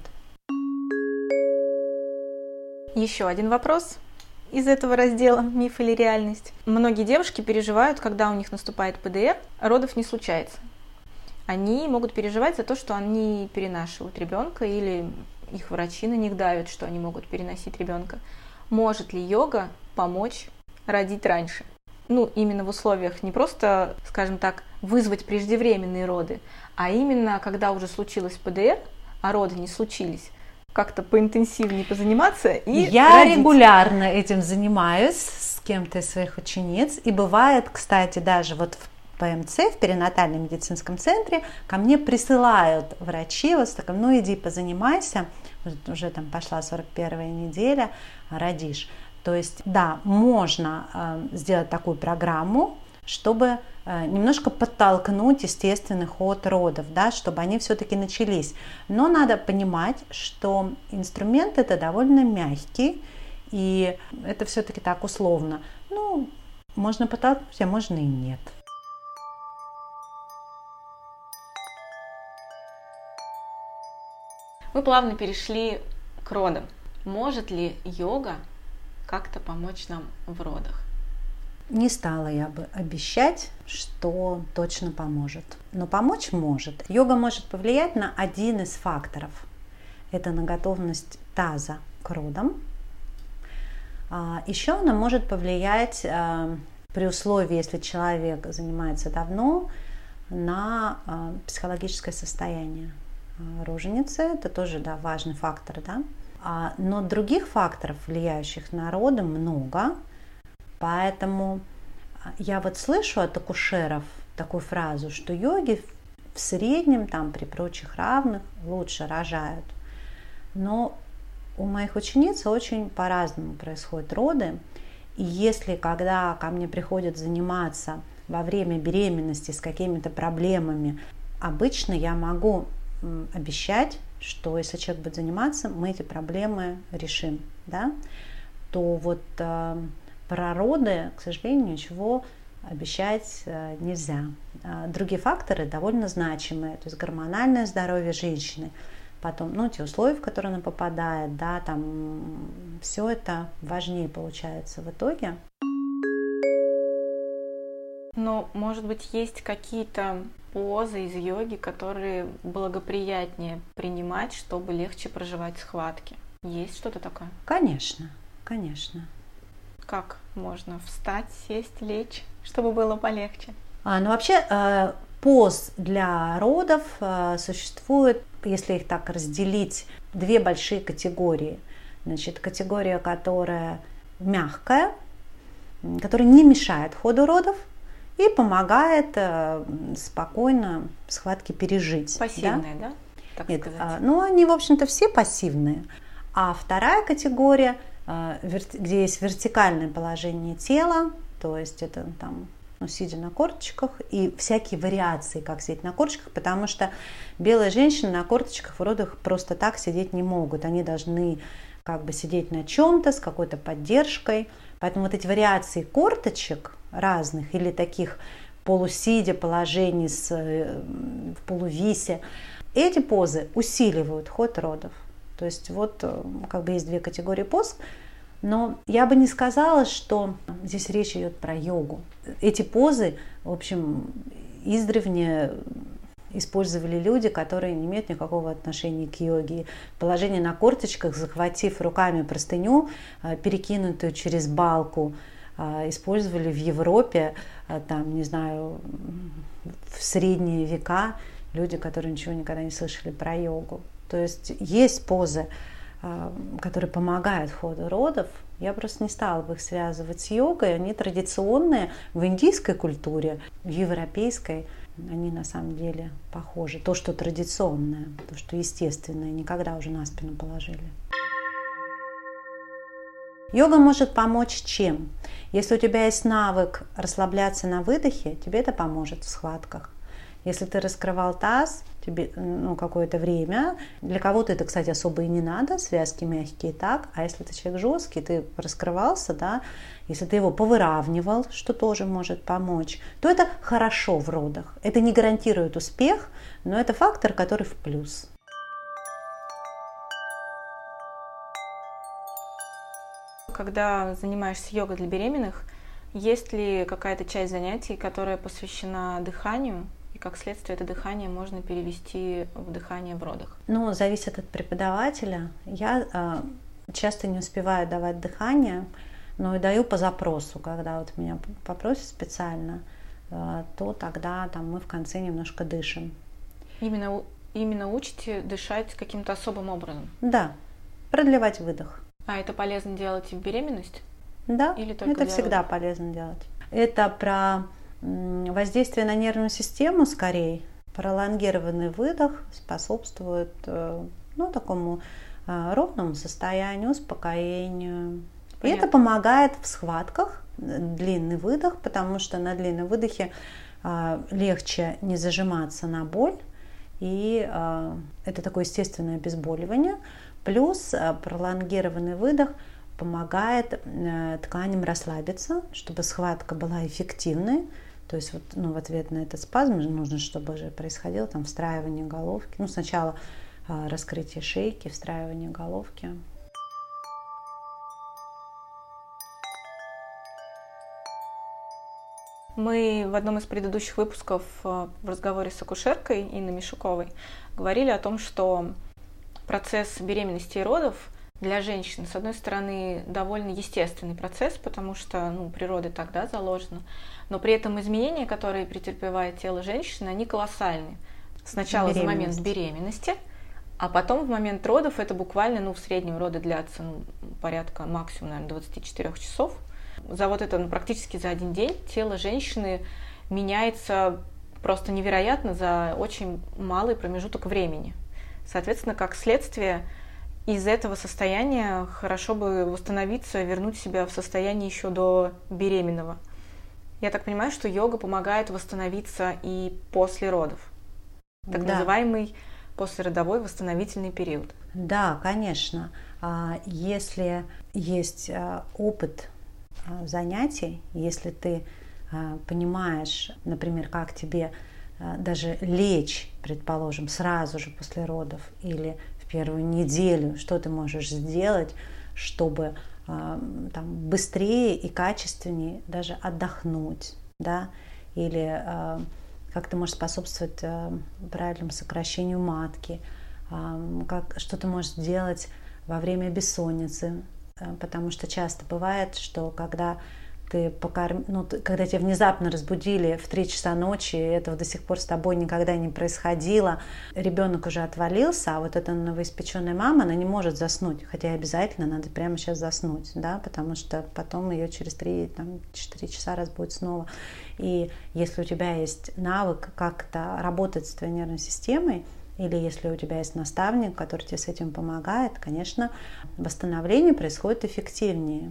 Speaker 1: Еще один вопрос из этого раздела «Миф или реальность». Многие девушки переживают, когда у них наступает ПДР, родов не случается. Они могут переживать за то, что они перенашивают ребенка, или их врачи на них давят, что они могут переносить ребенка. Может ли йога помочь родить раньше? Именно в условиях не просто, скажем так, вызвать преждевременные роды, а именно когда уже случилось ПДР, а роды не случились, как-то поинтенсивнее позаниматься и
Speaker 2: Я
Speaker 1: родить.
Speaker 2: Регулярно этим занимаюсь с кем-то из своих учениц. И бывает, кстати, даже вот в ПМЦ, в перинатальном медицинском центре, ко мне присылают врачи вот с таким, иди позанимайся, уже там пошла 41-я неделя, родишь. То есть, да, можно сделать такую программу, чтобы немножко подтолкнуть естественный ход родов, да, чтобы они все-таки начались. Но надо понимать, что инструмент это довольно мягкий, и это все-таки так условно. Можно подтолкнуть, а можно и нет.
Speaker 1: Мы плавно перешли к родам. Может ли йога как-то помочь нам в родах?
Speaker 2: Не стала я бы обещать, что точно поможет. Но помочь может. Йога может повлиять на один из факторов. Это на готовность таза к родам. Еще она может повлиять, при условии, если человек занимается давно, на психологическое состояние роженицы. Это тоже, да, важный фактор. Да? Но других факторов, влияющих на роды, много. Поэтому я вот слышу от акушеров такую фразу, что йоги в среднем, там, при прочих равных, лучше рожают. Но у моих учениц очень по-разному происходят роды. И если когда ко мне приходят заниматься во время беременности с какими-то проблемами, обычно я могу обещать, что если человек будет заниматься, мы эти проблемы решим. Да? То вот про роды, к сожалению, ничего обещать нельзя. Другие факторы довольно значимые, то есть гормональное здоровье женщины, потом, те условия, в которые она попадает, да, там все это важнее получается в итоге.
Speaker 1: Но, может быть, есть какие-то позы из йоги, которые благоприятнее принимать, чтобы легче проживать схватки? Есть что-то такое?
Speaker 2: Конечно, конечно.
Speaker 1: Как можно встать, сесть, лечь, чтобы было полегче?
Speaker 2: Вообще, Поз для родов существует, если их так разделить, две большие категории. Значит, категория, которая мягкая, которая не мешает ходу родов и помогает спокойно схватки пережить.
Speaker 1: Пассивные, да? Так
Speaker 2: Нет,
Speaker 1: сказать.
Speaker 2: ну они, в общем-то, все пассивные. А вторая категория, где есть вертикальное положение тела, то есть это там, сидя на корточках, и всякие вариации, как сидеть на корточках, потому что белые женщины на корточках в родах просто так сидеть не могут. Они должны как бы сидеть на чем-то с какой-то поддержкой. Поэтому вот эти вариации корточек разных или таких полусидя положений в полувисе, эти позы усиливают ход родов. То есть вот как бы есть две категории поз, но я бы не сказала, что здесь речь идет про йогу. Эти позы, в общем, издревле использовали люди, которые не имеют никакого отношения к йоге. Положение на корточках, захватив руками простыню, перекинутую через балку, использовали в Европе, там, не знаю, в средние века люди, которые ничего никогда не слышали про йогу. То есть позы, которые помогают ходу родов. Я просто не стала бы их связывать с йогой. Они традиционные в индийской культуре, в европейской. Они на самом деле похожи. То, что традиционное, то, что естественное, никогда уже на спину положили. Йога может помочь чем? Если у тебя есть навык расслабляться на выдохе, тебе это поможет в схватках. Если ты раскрывал таз тебе, какое-то время, для кого-то это, кстати, особо и не надо, связки мягкие так, а если ты человек жесткий, ты раскрывался, да, если ты его повыравнивал, что тоже может помочь, то это хорошо в родах. Это не гарантирует успех, но это фактор, который в плюс.
Speaker 1: Когда занимаешься йогой для беременных, есть ли какая-то часть занятий, которая посвящена дыханию? И как следствие это дыхание можно перевести в дыхание в родах?
Speaker 2: Зависит от преподавателя. Я часто не успеваю давать дыхание, но и даю по запросу. Когда вот меня попросят специально, то тогда мы в конце немножко дышим.
Speaker 1: Именно учите дышать каким-то особым образом?
Speaker 2: Да, продлевать выдох.
Speaker 1: А это полезно делать и в беременность?
Speaker 2: Да,
Speaker 1: или только
Speaker 2: это
Speaker 1: для
Speaker 2: всегда
Speaker 1: родов?
Speaker 2: полезно делать. Это про воздействие на нервную систему скорее. Пролонгированный выдох способствует такому ровному состоянию, успокоению. Понятно. И это помогает в схватках, длинный выдох, потому что на длинном выдохе легче не зажиматься на боль. И это такое естественное обезболивание. Плюс пролонгированный выдох помогает тканям расслабиться, чтобы схватка была эффективной. То есть в ответ на этот спазм нужно, чтобы же происходило встраивание головки. Сначала раскрытие шейки, встраивание головки.
Speaker 1: Мы в одном из предыдущих выпусков в разговоре с акушеркой Инной Мишуковой говорили о том, что процесс беременности и родов для женщины, с одной стороны, довольно естественный процесс, потому что природа тогда заложена, но при этом изменения, которые претерпевает тело женщины, они колоссальны. Сначала за момент беременности, а потом в момент родов, это буквально, в среднем роды длятся порядка максимум, наверное, 24 часов. За практически за один день тело женщины меняется просто невероятно за очень малый промежуток времени. Соответственно, как следствие, из этого состояния хорошо бы восстановиться, вернуть себя в состояние еще до беременного. Я так понимаю, что йога помогает восстановиться и после родов. Так называемый послеродовой восстановительный период.
Speaker 2: Да, конечно. Если есть опыт занятий, если ты понимаешь, например, как тебе даже лечь, предположим, сразу же после родов или в первую неделю, что ты можешь сделать, чтобы быстрее и качественнее даже отдохнуть, да, или как ты можешь способствовать правильному сокращению матки, что ты можешь сделать во время бессонницы, потому что часто бывает, что когда когда тебя внезапно разбудили в 3 часа ночи, этого до сих пор с тобой никогда не происходило, ребенок уже отвалился, а вот эта новоиспеченная мама, она не может заснуть, хотя обязательно надо прямо сейчас заснуть, да, потому что потом ее через 3-4 часа разбудит снова. И если у тебя есть навык как-то работать с твоей нервной системой, или если у тебя есть наставник, который тебе с этим помогает, конечно, восстановление происходит эффективнее.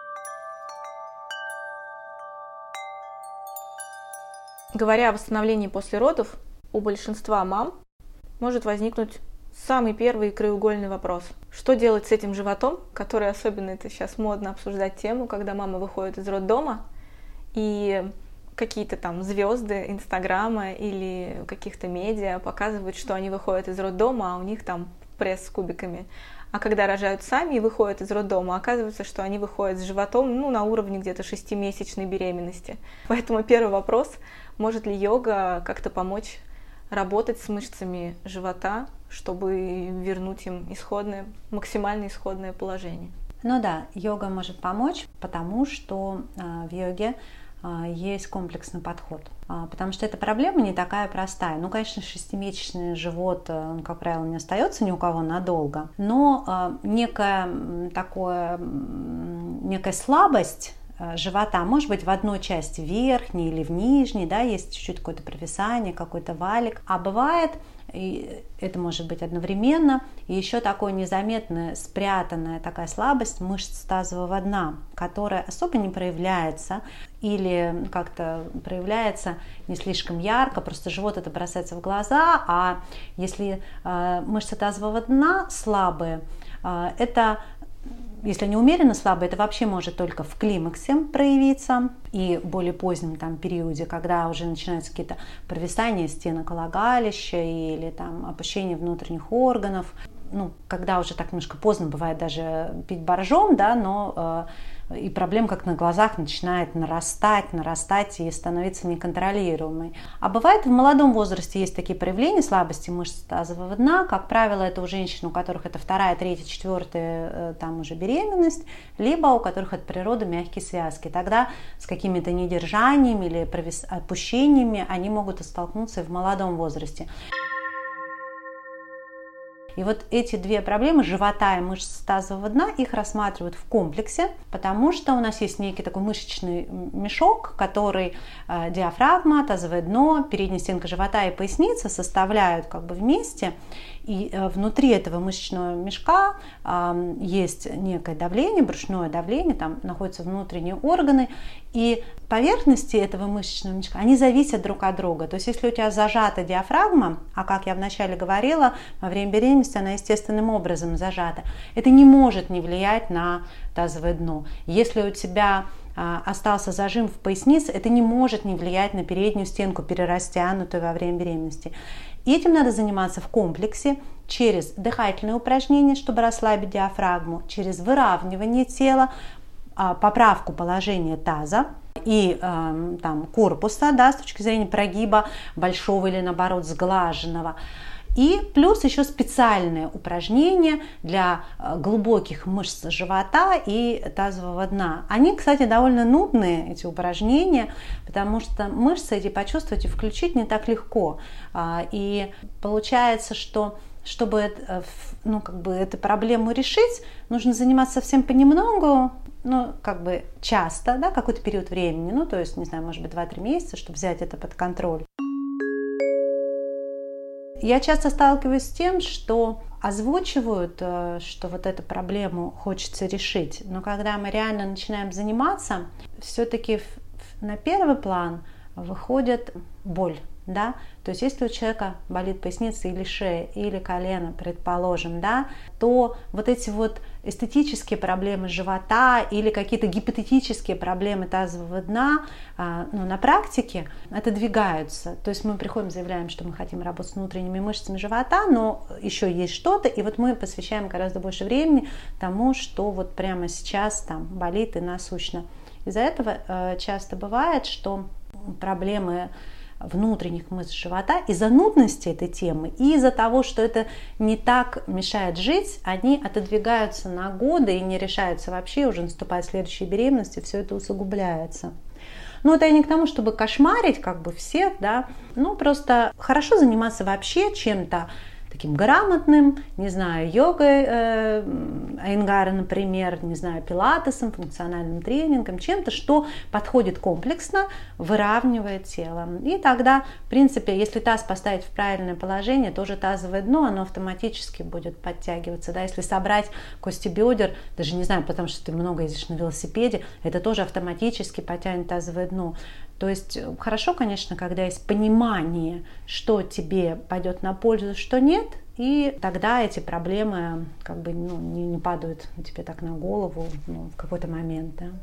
Speaker 1: Говоря о восстановлении после родов, у большинства мам может возникнуть самый первый краеугольный вопрос. Что делать с этим животом, который особенно это сейчас модно обсуждать тему, когда мама выходит из роддома, и какие-то там звезды Инстаграма или каких-то медиа показывают, что они выходят из роддома, а у них там пресс с кубиками. А когда рожают сами и выходят из роддома, оказывается, что они выходят с животом на уровне где-то 6-месячной беременности. Поэтому первый вопрос: может ли йога как-то помочь работать с мышцами живота, чтобы вернуть им максимально исходное положение?
Speaker 2: Ну да, йога может помочь, потому что в йоге есть комплексный подход, потому что эта проблема не такая простая. Ну, конечно, 6-месячный живот, он, как правило, не остается ни у кого надолго, но некая слабость живота может быть в одной части, верхней или в нижней, да, есть чуть-чуть какое-то провисание, какой-то валик, а бывает, и это может быть одновременно, и еще такое незаметная, спрятанная такая слабость мышц тазового дна, которая особо не проявляется или как-то проявляется не слишком ярко, просто живот это бросается в глаза, а если мышцы тазового дна слабые, это, если они умеренно слабые, это вообще может только в климаксе проявиться и в более позднем периоде, когда уже начинаются какие-то провисания стенок влагалища или опущение внутренних органов. Когда уже так немножко поздно, бывает даже пить боржом, да, но и проблема как на глазах начинает нарастать и становиться неконтролируемой. А бывает в молодом возрасте есть такие проявления слабости мышц тазового дна. Как правило, это у женщин, у которых это 2-я, 3-я, 4-я уже беременность, либо у которых от природы мягкие связки. Тогда с какими-то недержаниями или опущениями они могут столкнуться и в молодом возрасте. И вот эти две проблемы, живота и мышц тазового дна, их рассматривают в комплексе, потому что у нас есть некий такой мышечный мешок, который диафрагма, тазовое дно, передняя стенка живота и поясница составляют вместе. И внутри этого мышечного мешка есть некое давление, брюшное давление, там находятся внутренние органы, и поверхности этого мышечного мешка, они зависят друг от друга. То есть если у тебя зажата диафрагма, а как я вначале говорила, во время беременности она естественным образом зажата, это не может не влиять на тазовое дно. Если у тебя остался зажим в пояснице, это не может не влиять на переднюю стенку, перерастянутую во время беременности. И этим надо заниматься в комплексе через дыхательные упражнения, чтобы расслабить диафрагму, через выравнивание тела, поправку положения таза и корпуса, да, с точки зрения прогиба большого или наоборот сглаженного. И плюс еще специальные упражнения для глубоких мышц живота и тазового дна. Они, кстати, довольно нудные, эти упражнения, потому что мышцы эти почувствовать и включить не так легко. И получается, что чтобы эту проблему решить, нужно заниматься совсем понемногу, часто, да, какой-то период времени, то есть, не знаю, может быть, 2-3 месяца, чтобы взять это под контроль. Я часто сталкиваюсь с тем, что озвучивают, что вот эту проблему хочется решить, но когда мы реально начинаем заниматься, все-таки на первый план выходит боль. Да? То есть если у человека болит поясница или шея, или колено, предположим, да, то вот эти вот эстетические проблемы живота или какие-то гипотетические проблемы тазового дна на практике отодвигаются. То есть мы приходим, заявляем, что мы хотим работать с внутренними мышцами живота, но еще есть что-то, и вот мы посвящаем гораздо больше времени тому, что вот прямо сейчас болит и насущно. Из-за этого часто бывает, что проблемы внутренних мышц живота, из-за нудности этой темы и из-за того, что это не так мешает жить, они отодвигаются на годы и не решаются вообще, уже наступает следующая беременность, и все это усугубляется. Но это я не к тому, чтобы кошмарить как бы всех, да, ну просто хорошо заниматься вообще чем-то таким грамотным, не знаю, йогой Айенгара, например, не знаю, пилатесом, функциональным тренингом, чем-то, что подходит комплексно, выравнивает тело. И тогда, в принципе, если таз поставить в правильное положение, тоже тазовое дно, оно автоматически будет подтягиваться. Да? Если собрать кости бедер, даже не знаю, потому что ты много ездишь на велосипеде, это тоже автоматически подтянет тазовое дно. То есть хорошо, конечно, когда есть понимание, что тебе пойдет на пользу, что нет, и тогда эти проблемы как бы не падают тебе так на голову в какой-то момент. Да.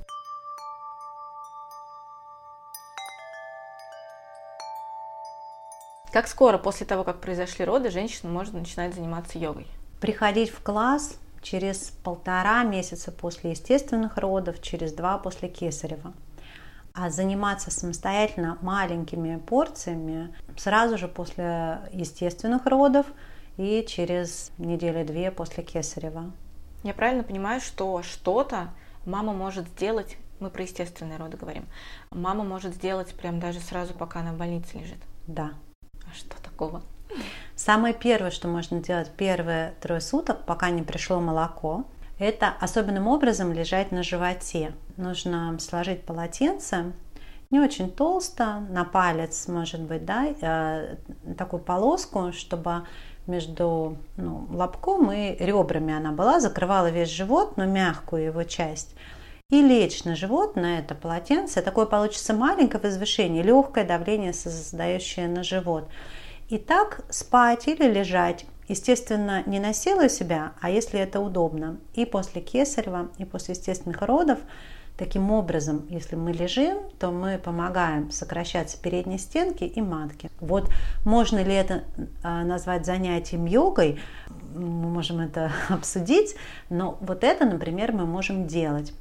Speaker 1: Как скоро после того, как произошли роды, женщина может начинать заниматься йогой?
Speaker 2: Приходить в класс через 1,5 месяца после естественных родов, через 2 после кесарева. А заниматься самостоятельно маленькими порциями сразу же после естественных родов и через 1-2 недели после кесарева.
Speaker 1: Я правильно понимаю, что что-то мама может сделать, мы про естественные роды говорим, мама может сделать прям даже сразу, пока она в больнице лежит?
Speaker 2: Да.
Speaker 1: А что такого?
Speaker 2: Самое первое, что можно делать первые 3 суток, пока не пришло молоко, это особенным образом лежать на животе. Нужно сложить полотенце, не очень толсто, на палец, может быть, да, такую полоску, чтобы между лобком и ребрами она была, закрывала весь живот, но мягкую его часть. И лечь на живот, на это полотенце. Такое получится маленькое возвышение, легкое давление, создающее на живот. И так спать или лежать. Естественно, не насилуя себя, а если это удобно. И после кесарева, и после естественных родов. Таким образом, если мы лежим, то мы помогаем сокращаться передней стенки и матки. Вот можно ли это назвать занятием йогой? Мы можем это обсудить, но вот это, например, мы можем делать.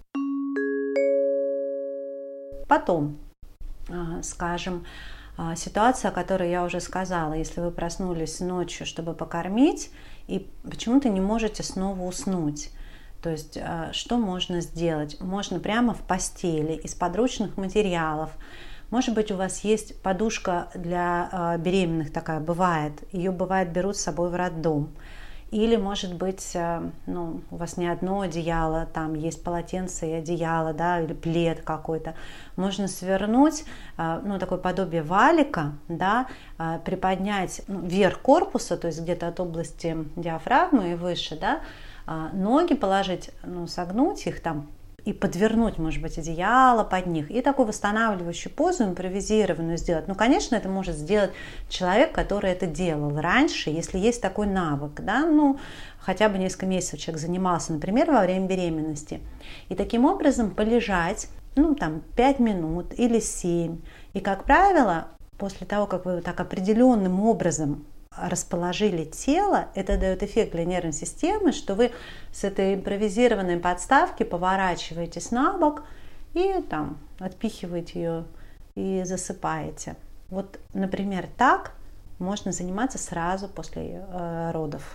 Speaker 2: Потом, скажем, ситуация, о которой я уже сказала, если вы проснулись ночью, чтобы покормить, и почему-то не можете снова уснуть. То есть, что можно сделать? Можно прямо в постели, из подручных материалов. Может быть, у вас есть подушка для беременных, такая бывает. Ее, бывает, берут с собой в роддом. Или, может быть, у вас не одно одеяло, там есть полотенце и одеяло, да, или плед какой-то. Можно свернуть, такое подобие валика, да, приподнять вверх корпуса, то есть где-то от области диафрагмы и выше, да, ноги положить, согнуть их там и подвернуть, может быть, одеяло под них, и такую восстанавливающую позу импровизированную сделать. Конечно, это может сделать человек, который это делал раньше, если есть такой навык, да, хотя бы несколько месяцев человек занимался, например, во время беременности. И таким образом полежать, 5 минут или 7. И, как правило, после того, как вы так определенным образом расположили тело, это дает эффект для нервной системы, что вы с этой импровизированной подставки поворачиваетесь на бок и отпихиваете ее и засыпаете. Вот, например, так можно заниматься сразу после родов.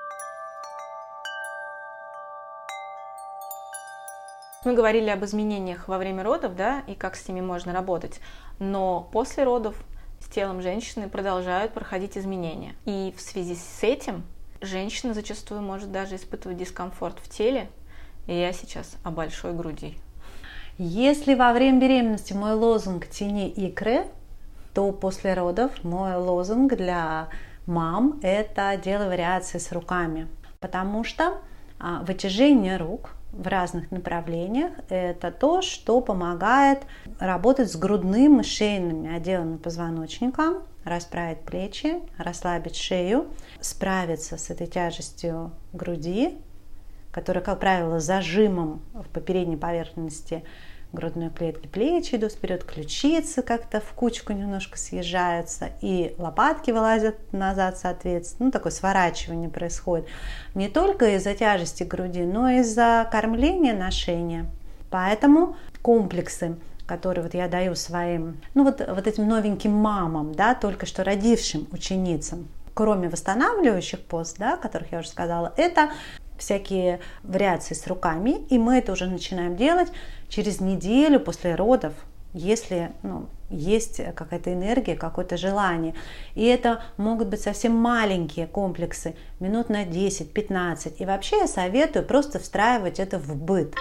Speaker 1: Мы говорили об изменениях во время родов, да, и как с ними можно работать, но после родов с телом женщины продолжают проходить изменения. И в связи с этим женщина зачастую может даже испытывать дискомфорт в теле. И я сейчас о большой груди.
Speaker 2: Если во время беременности мой лозунг «тяни икры», то после родов мой лозунг для мам – это «делай вариации с руками». Потому что вытяжение рук в разных направлениях – это то, что помогает работать с грудным и шейными отделами позвоночника, расправить плечи, расслабить шею, справиться с этой тяжестью груди, которая, как правило, зажимом по передней поверхности грудной клетки, плечи идут вперед, ключицы как-то в кучку немножко съезжаются, и лопатки вылазят назад, соответственно. Такое сворачивание происходит не только из-за тяжести груди, но и из-за кормления, ношения. Поэтому комплексы, который вот я даю своим, ну вот этим новеньким мамам, да, только что родившим ученицам, кроме восстанавливающих поз, да, которых я уже сказала, это всякие вариации с руками, и мы это уже начинаем делать через неделю после родов, если есть какая-то энергия, какое-то желание. И это могут быть совсем маленькие комплексы, минут на 10-15. И вообще я советую просто встраивать это в быт.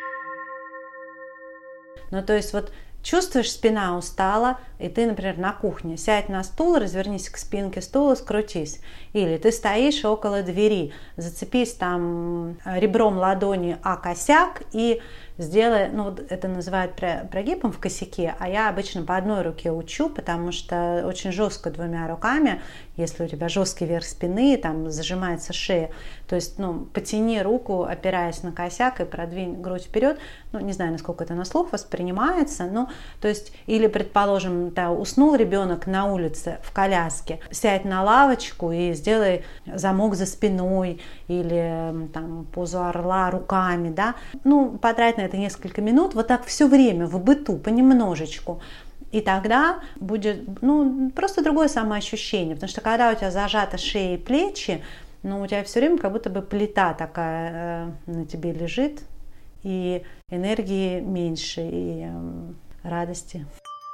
Speaker 2: Ну, то есть вот чувствуешь, спина устала, и ты, например, на кухне, сядь на стул, развернись к спинке стула, скрутись. Или ты стоишь около двери, зацепись там ребром ладони о косяк и сделай, ну вот это называют прогибом в косяке, а я обычно по одной руке учу, потому что очень жестко двумя руками, если у тебя жесткий верх спины, там зажимается шея, то есть, потяни руку, опираясь на косяк, и продвинь грудь вперед, не знаю, насколько это на слух воспринимается, то есть, или, предположим, уснул ребенок на улице в коляске, сядь на лавочку и сделай замок за спиной, или там позу орла руками, да, потрать на это несколько минут, вот так все время в быту, понемножечку. И тогда будет просто другое самоощущение, потому что когда у тебя зажата шея и плечи, у тебя все время как будто бы плита такая на тебе лежит, и энергии меньше, и радости.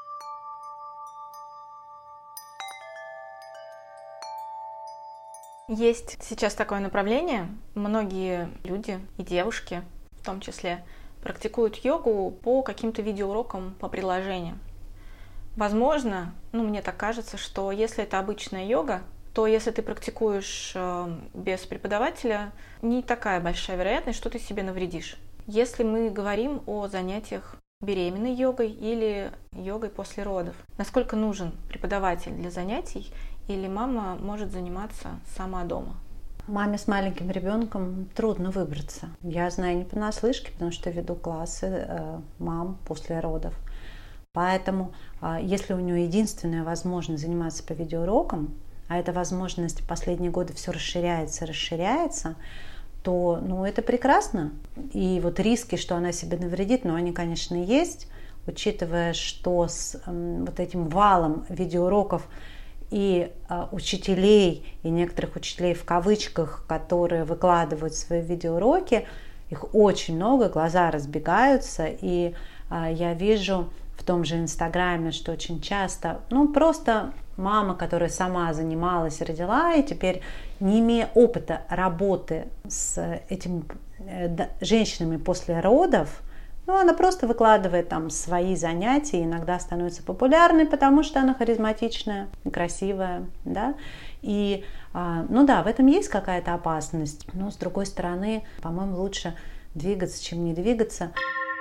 Speaker 1: Есть сейчас такое направление. Многие люди и девушки, в том числе, практикуют йогу по каким-то видеоурокам по приложениям. Возможно, мне так кажется, что если это обычная йога, то если ты практикуешь без преподавателя, не такая большая вероятность, что ты себе навредишь. Если мы говорим о занятиях беременной йогой или йогой после родов, насколько нужен преподаватель для занятий, или мама может заниматься сама дома?
Speaker 2: Маме с маленьким ребенком трудно выбраться. Я знаю не понаслышке, потому что веду классы мам после родов. Поэтому, если у нее единственная возможность заниматься по видеоурокам, а эта возможность в последние годы все расширяется, то это прекрасно. И вот риски, что она себе навредит, они, конечно, есть, учитывая, что с вот этим валом видеоуроков и учителей, и некоторых учителей в кавычках, которые выкладывают свои видеоуроки, их очень много, глаза разбегаются, и я вижу в том же Инстаграме, что очень часто, просто мама, которая сама занималась, родила, и теперь, не имея опыта работы с этими женщинами после родов, она просто выкладывает там свои занятия, иногда становится популярной, потому что она харизматичная, красивая, да, и, в этом есть какая-то опасность, но с другой стороны, по-моему, лучше двигаться, чем не двигаться.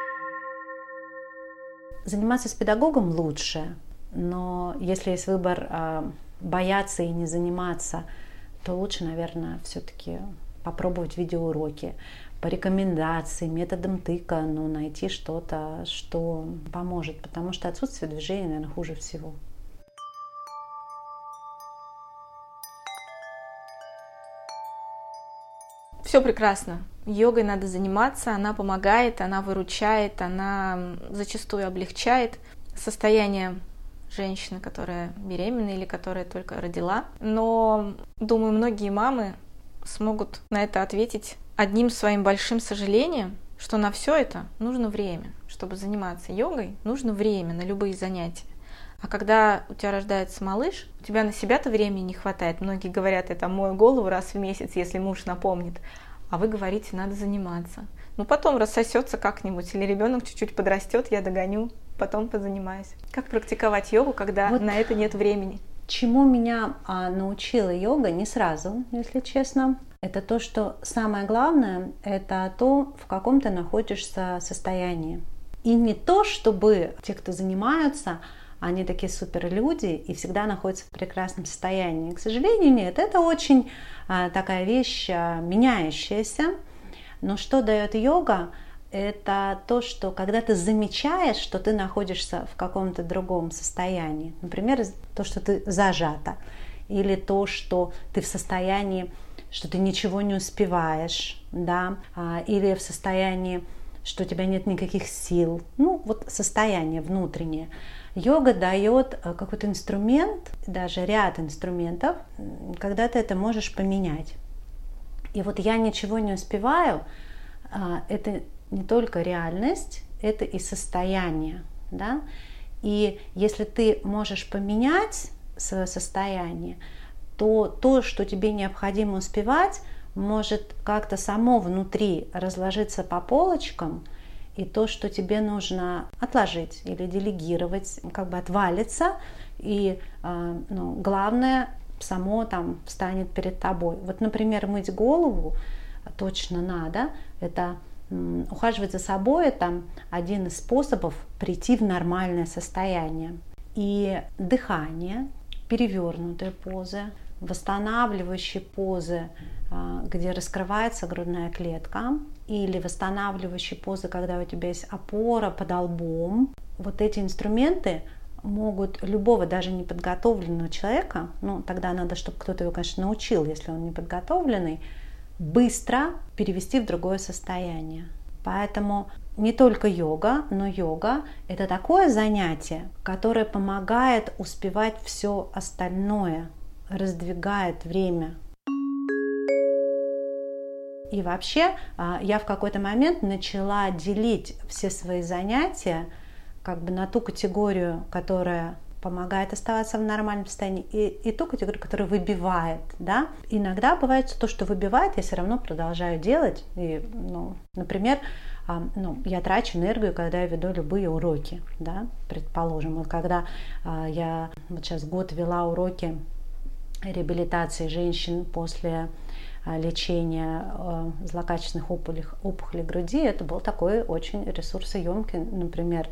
Speaker 2: Заниматься с педагогом лучше, но если есть выбор бояться и не заниматься, то лучше, наверное, все-таки попробовать видеоуроки по рекомендации, методом тыка, найти что-то, что поможет, потому что отсутствие движения, наверное, хуже всего.
Speaker 1: Все прекрасно. Йогой надо заниматься, она помогает, она выручает, она зачастую облегчает состояние женщины, которая беременна или которая только родила. Но, думаю, многие мамы смогут на это ответить одним своим большим сожалением, что на все это нужно время. Чтобы заниматься йогой, нужно время на любые занятия. А когда у тебя рождается малыш, у тебя на себя-то времени не хватает. Многие говорят, я мою голову раз в месяц, если муж напомнит. А вы говорите, надо заниматься. Потом рассосется как-нибудь, или ребенок чуть-чуть подрастет, я догоню, потом позанимаюсь. Как практиковать йогу, когда на это нет времени?
Speaker 2: Чему меня научила йога, не сразу, если честно, это то, что самое главное, это то, в каком ты находишься состоянии. И не то, чтобы те, кто занимаются, они такие суперлюди и всегда находятся в прекрасном состоянии. К сожалению, нет. Это очень такая вещь меняющаяся. Но что дает йога? Это то, что когда ты замечаешь, что ты находишься в каком-то другом состоянии. Например, то, что ты зажата. Или то, что ты в состоянии, что ты ничего не успеваешь. Да? Или в состоянии, что у тебя нет никаких сил. ну вот состояние внутреннее. Йога дает какой-то инструмент, даже ряд инструментов, когда ты это можешь поменять. И вот я ничего не успеваю, это не только реальность, это и состояние, да? И если ты можешь поменять свое состояние, то, что тебе необходимо успевать, может как-то само внутри разложиться по полочкам, и то, что тебе нужно отложить или делегировать, как бы отвалится, и главное само там встанет перед тобой. Вот, например, мыть голову точно надо, это ухаживать за собой, это один из способов прийти в нормальное состояние. И дыхание, перевернутые позы, восстанавливающие позы, где раскрывается грудная клетка, или восстанавливающие позы, когда у тебя есть опора под лбом. Вот эти инструменты могут любого, даже неподготовленного человека, ну тогда надо, чтобы кто-то его, конечно, научил, если он неподготовленный, быстро перевести в другое состояние. Поэтому не только йога, но йога – это такое занятие, которое помогает успевать все остальное, раздвигает время. И вообще я в какой-то момент начала делить все свои занятия как бы на ту категорию, которая помогает оставаться в нормальном состоянии, и ту категорию, которая выбивает, да. Иногда бывает то, что выбивает, я все равно продолжаю делать. И, например, я трачу энергию, когда я веду любые уроки, да, предположим. Вот когда я вот сейчас год вела уроки реабилитации женщин после лечения злокачественных опухолей груди, это был такой очень ресурсоемкий, например,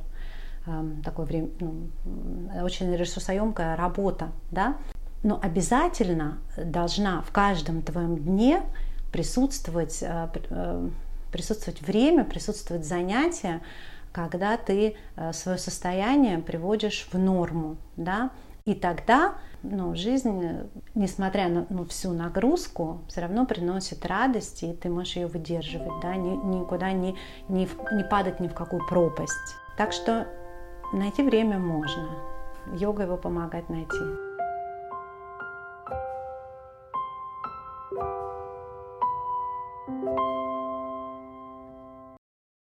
Speaker 2: очень ресурсоемкая работа, да? Но обязательно должна в каждом твоем дне присутствовать время, присутствовать занятие, когда ты свое состояние приводишь в норму, да? И тогда жизнь, несмотря на всю нагрузку, все равно приносит радость, и ты можешь ее выдерживать, да? Никуда не падать ни в какую пропасть. Так что найти время можно. Йога его помогает найти.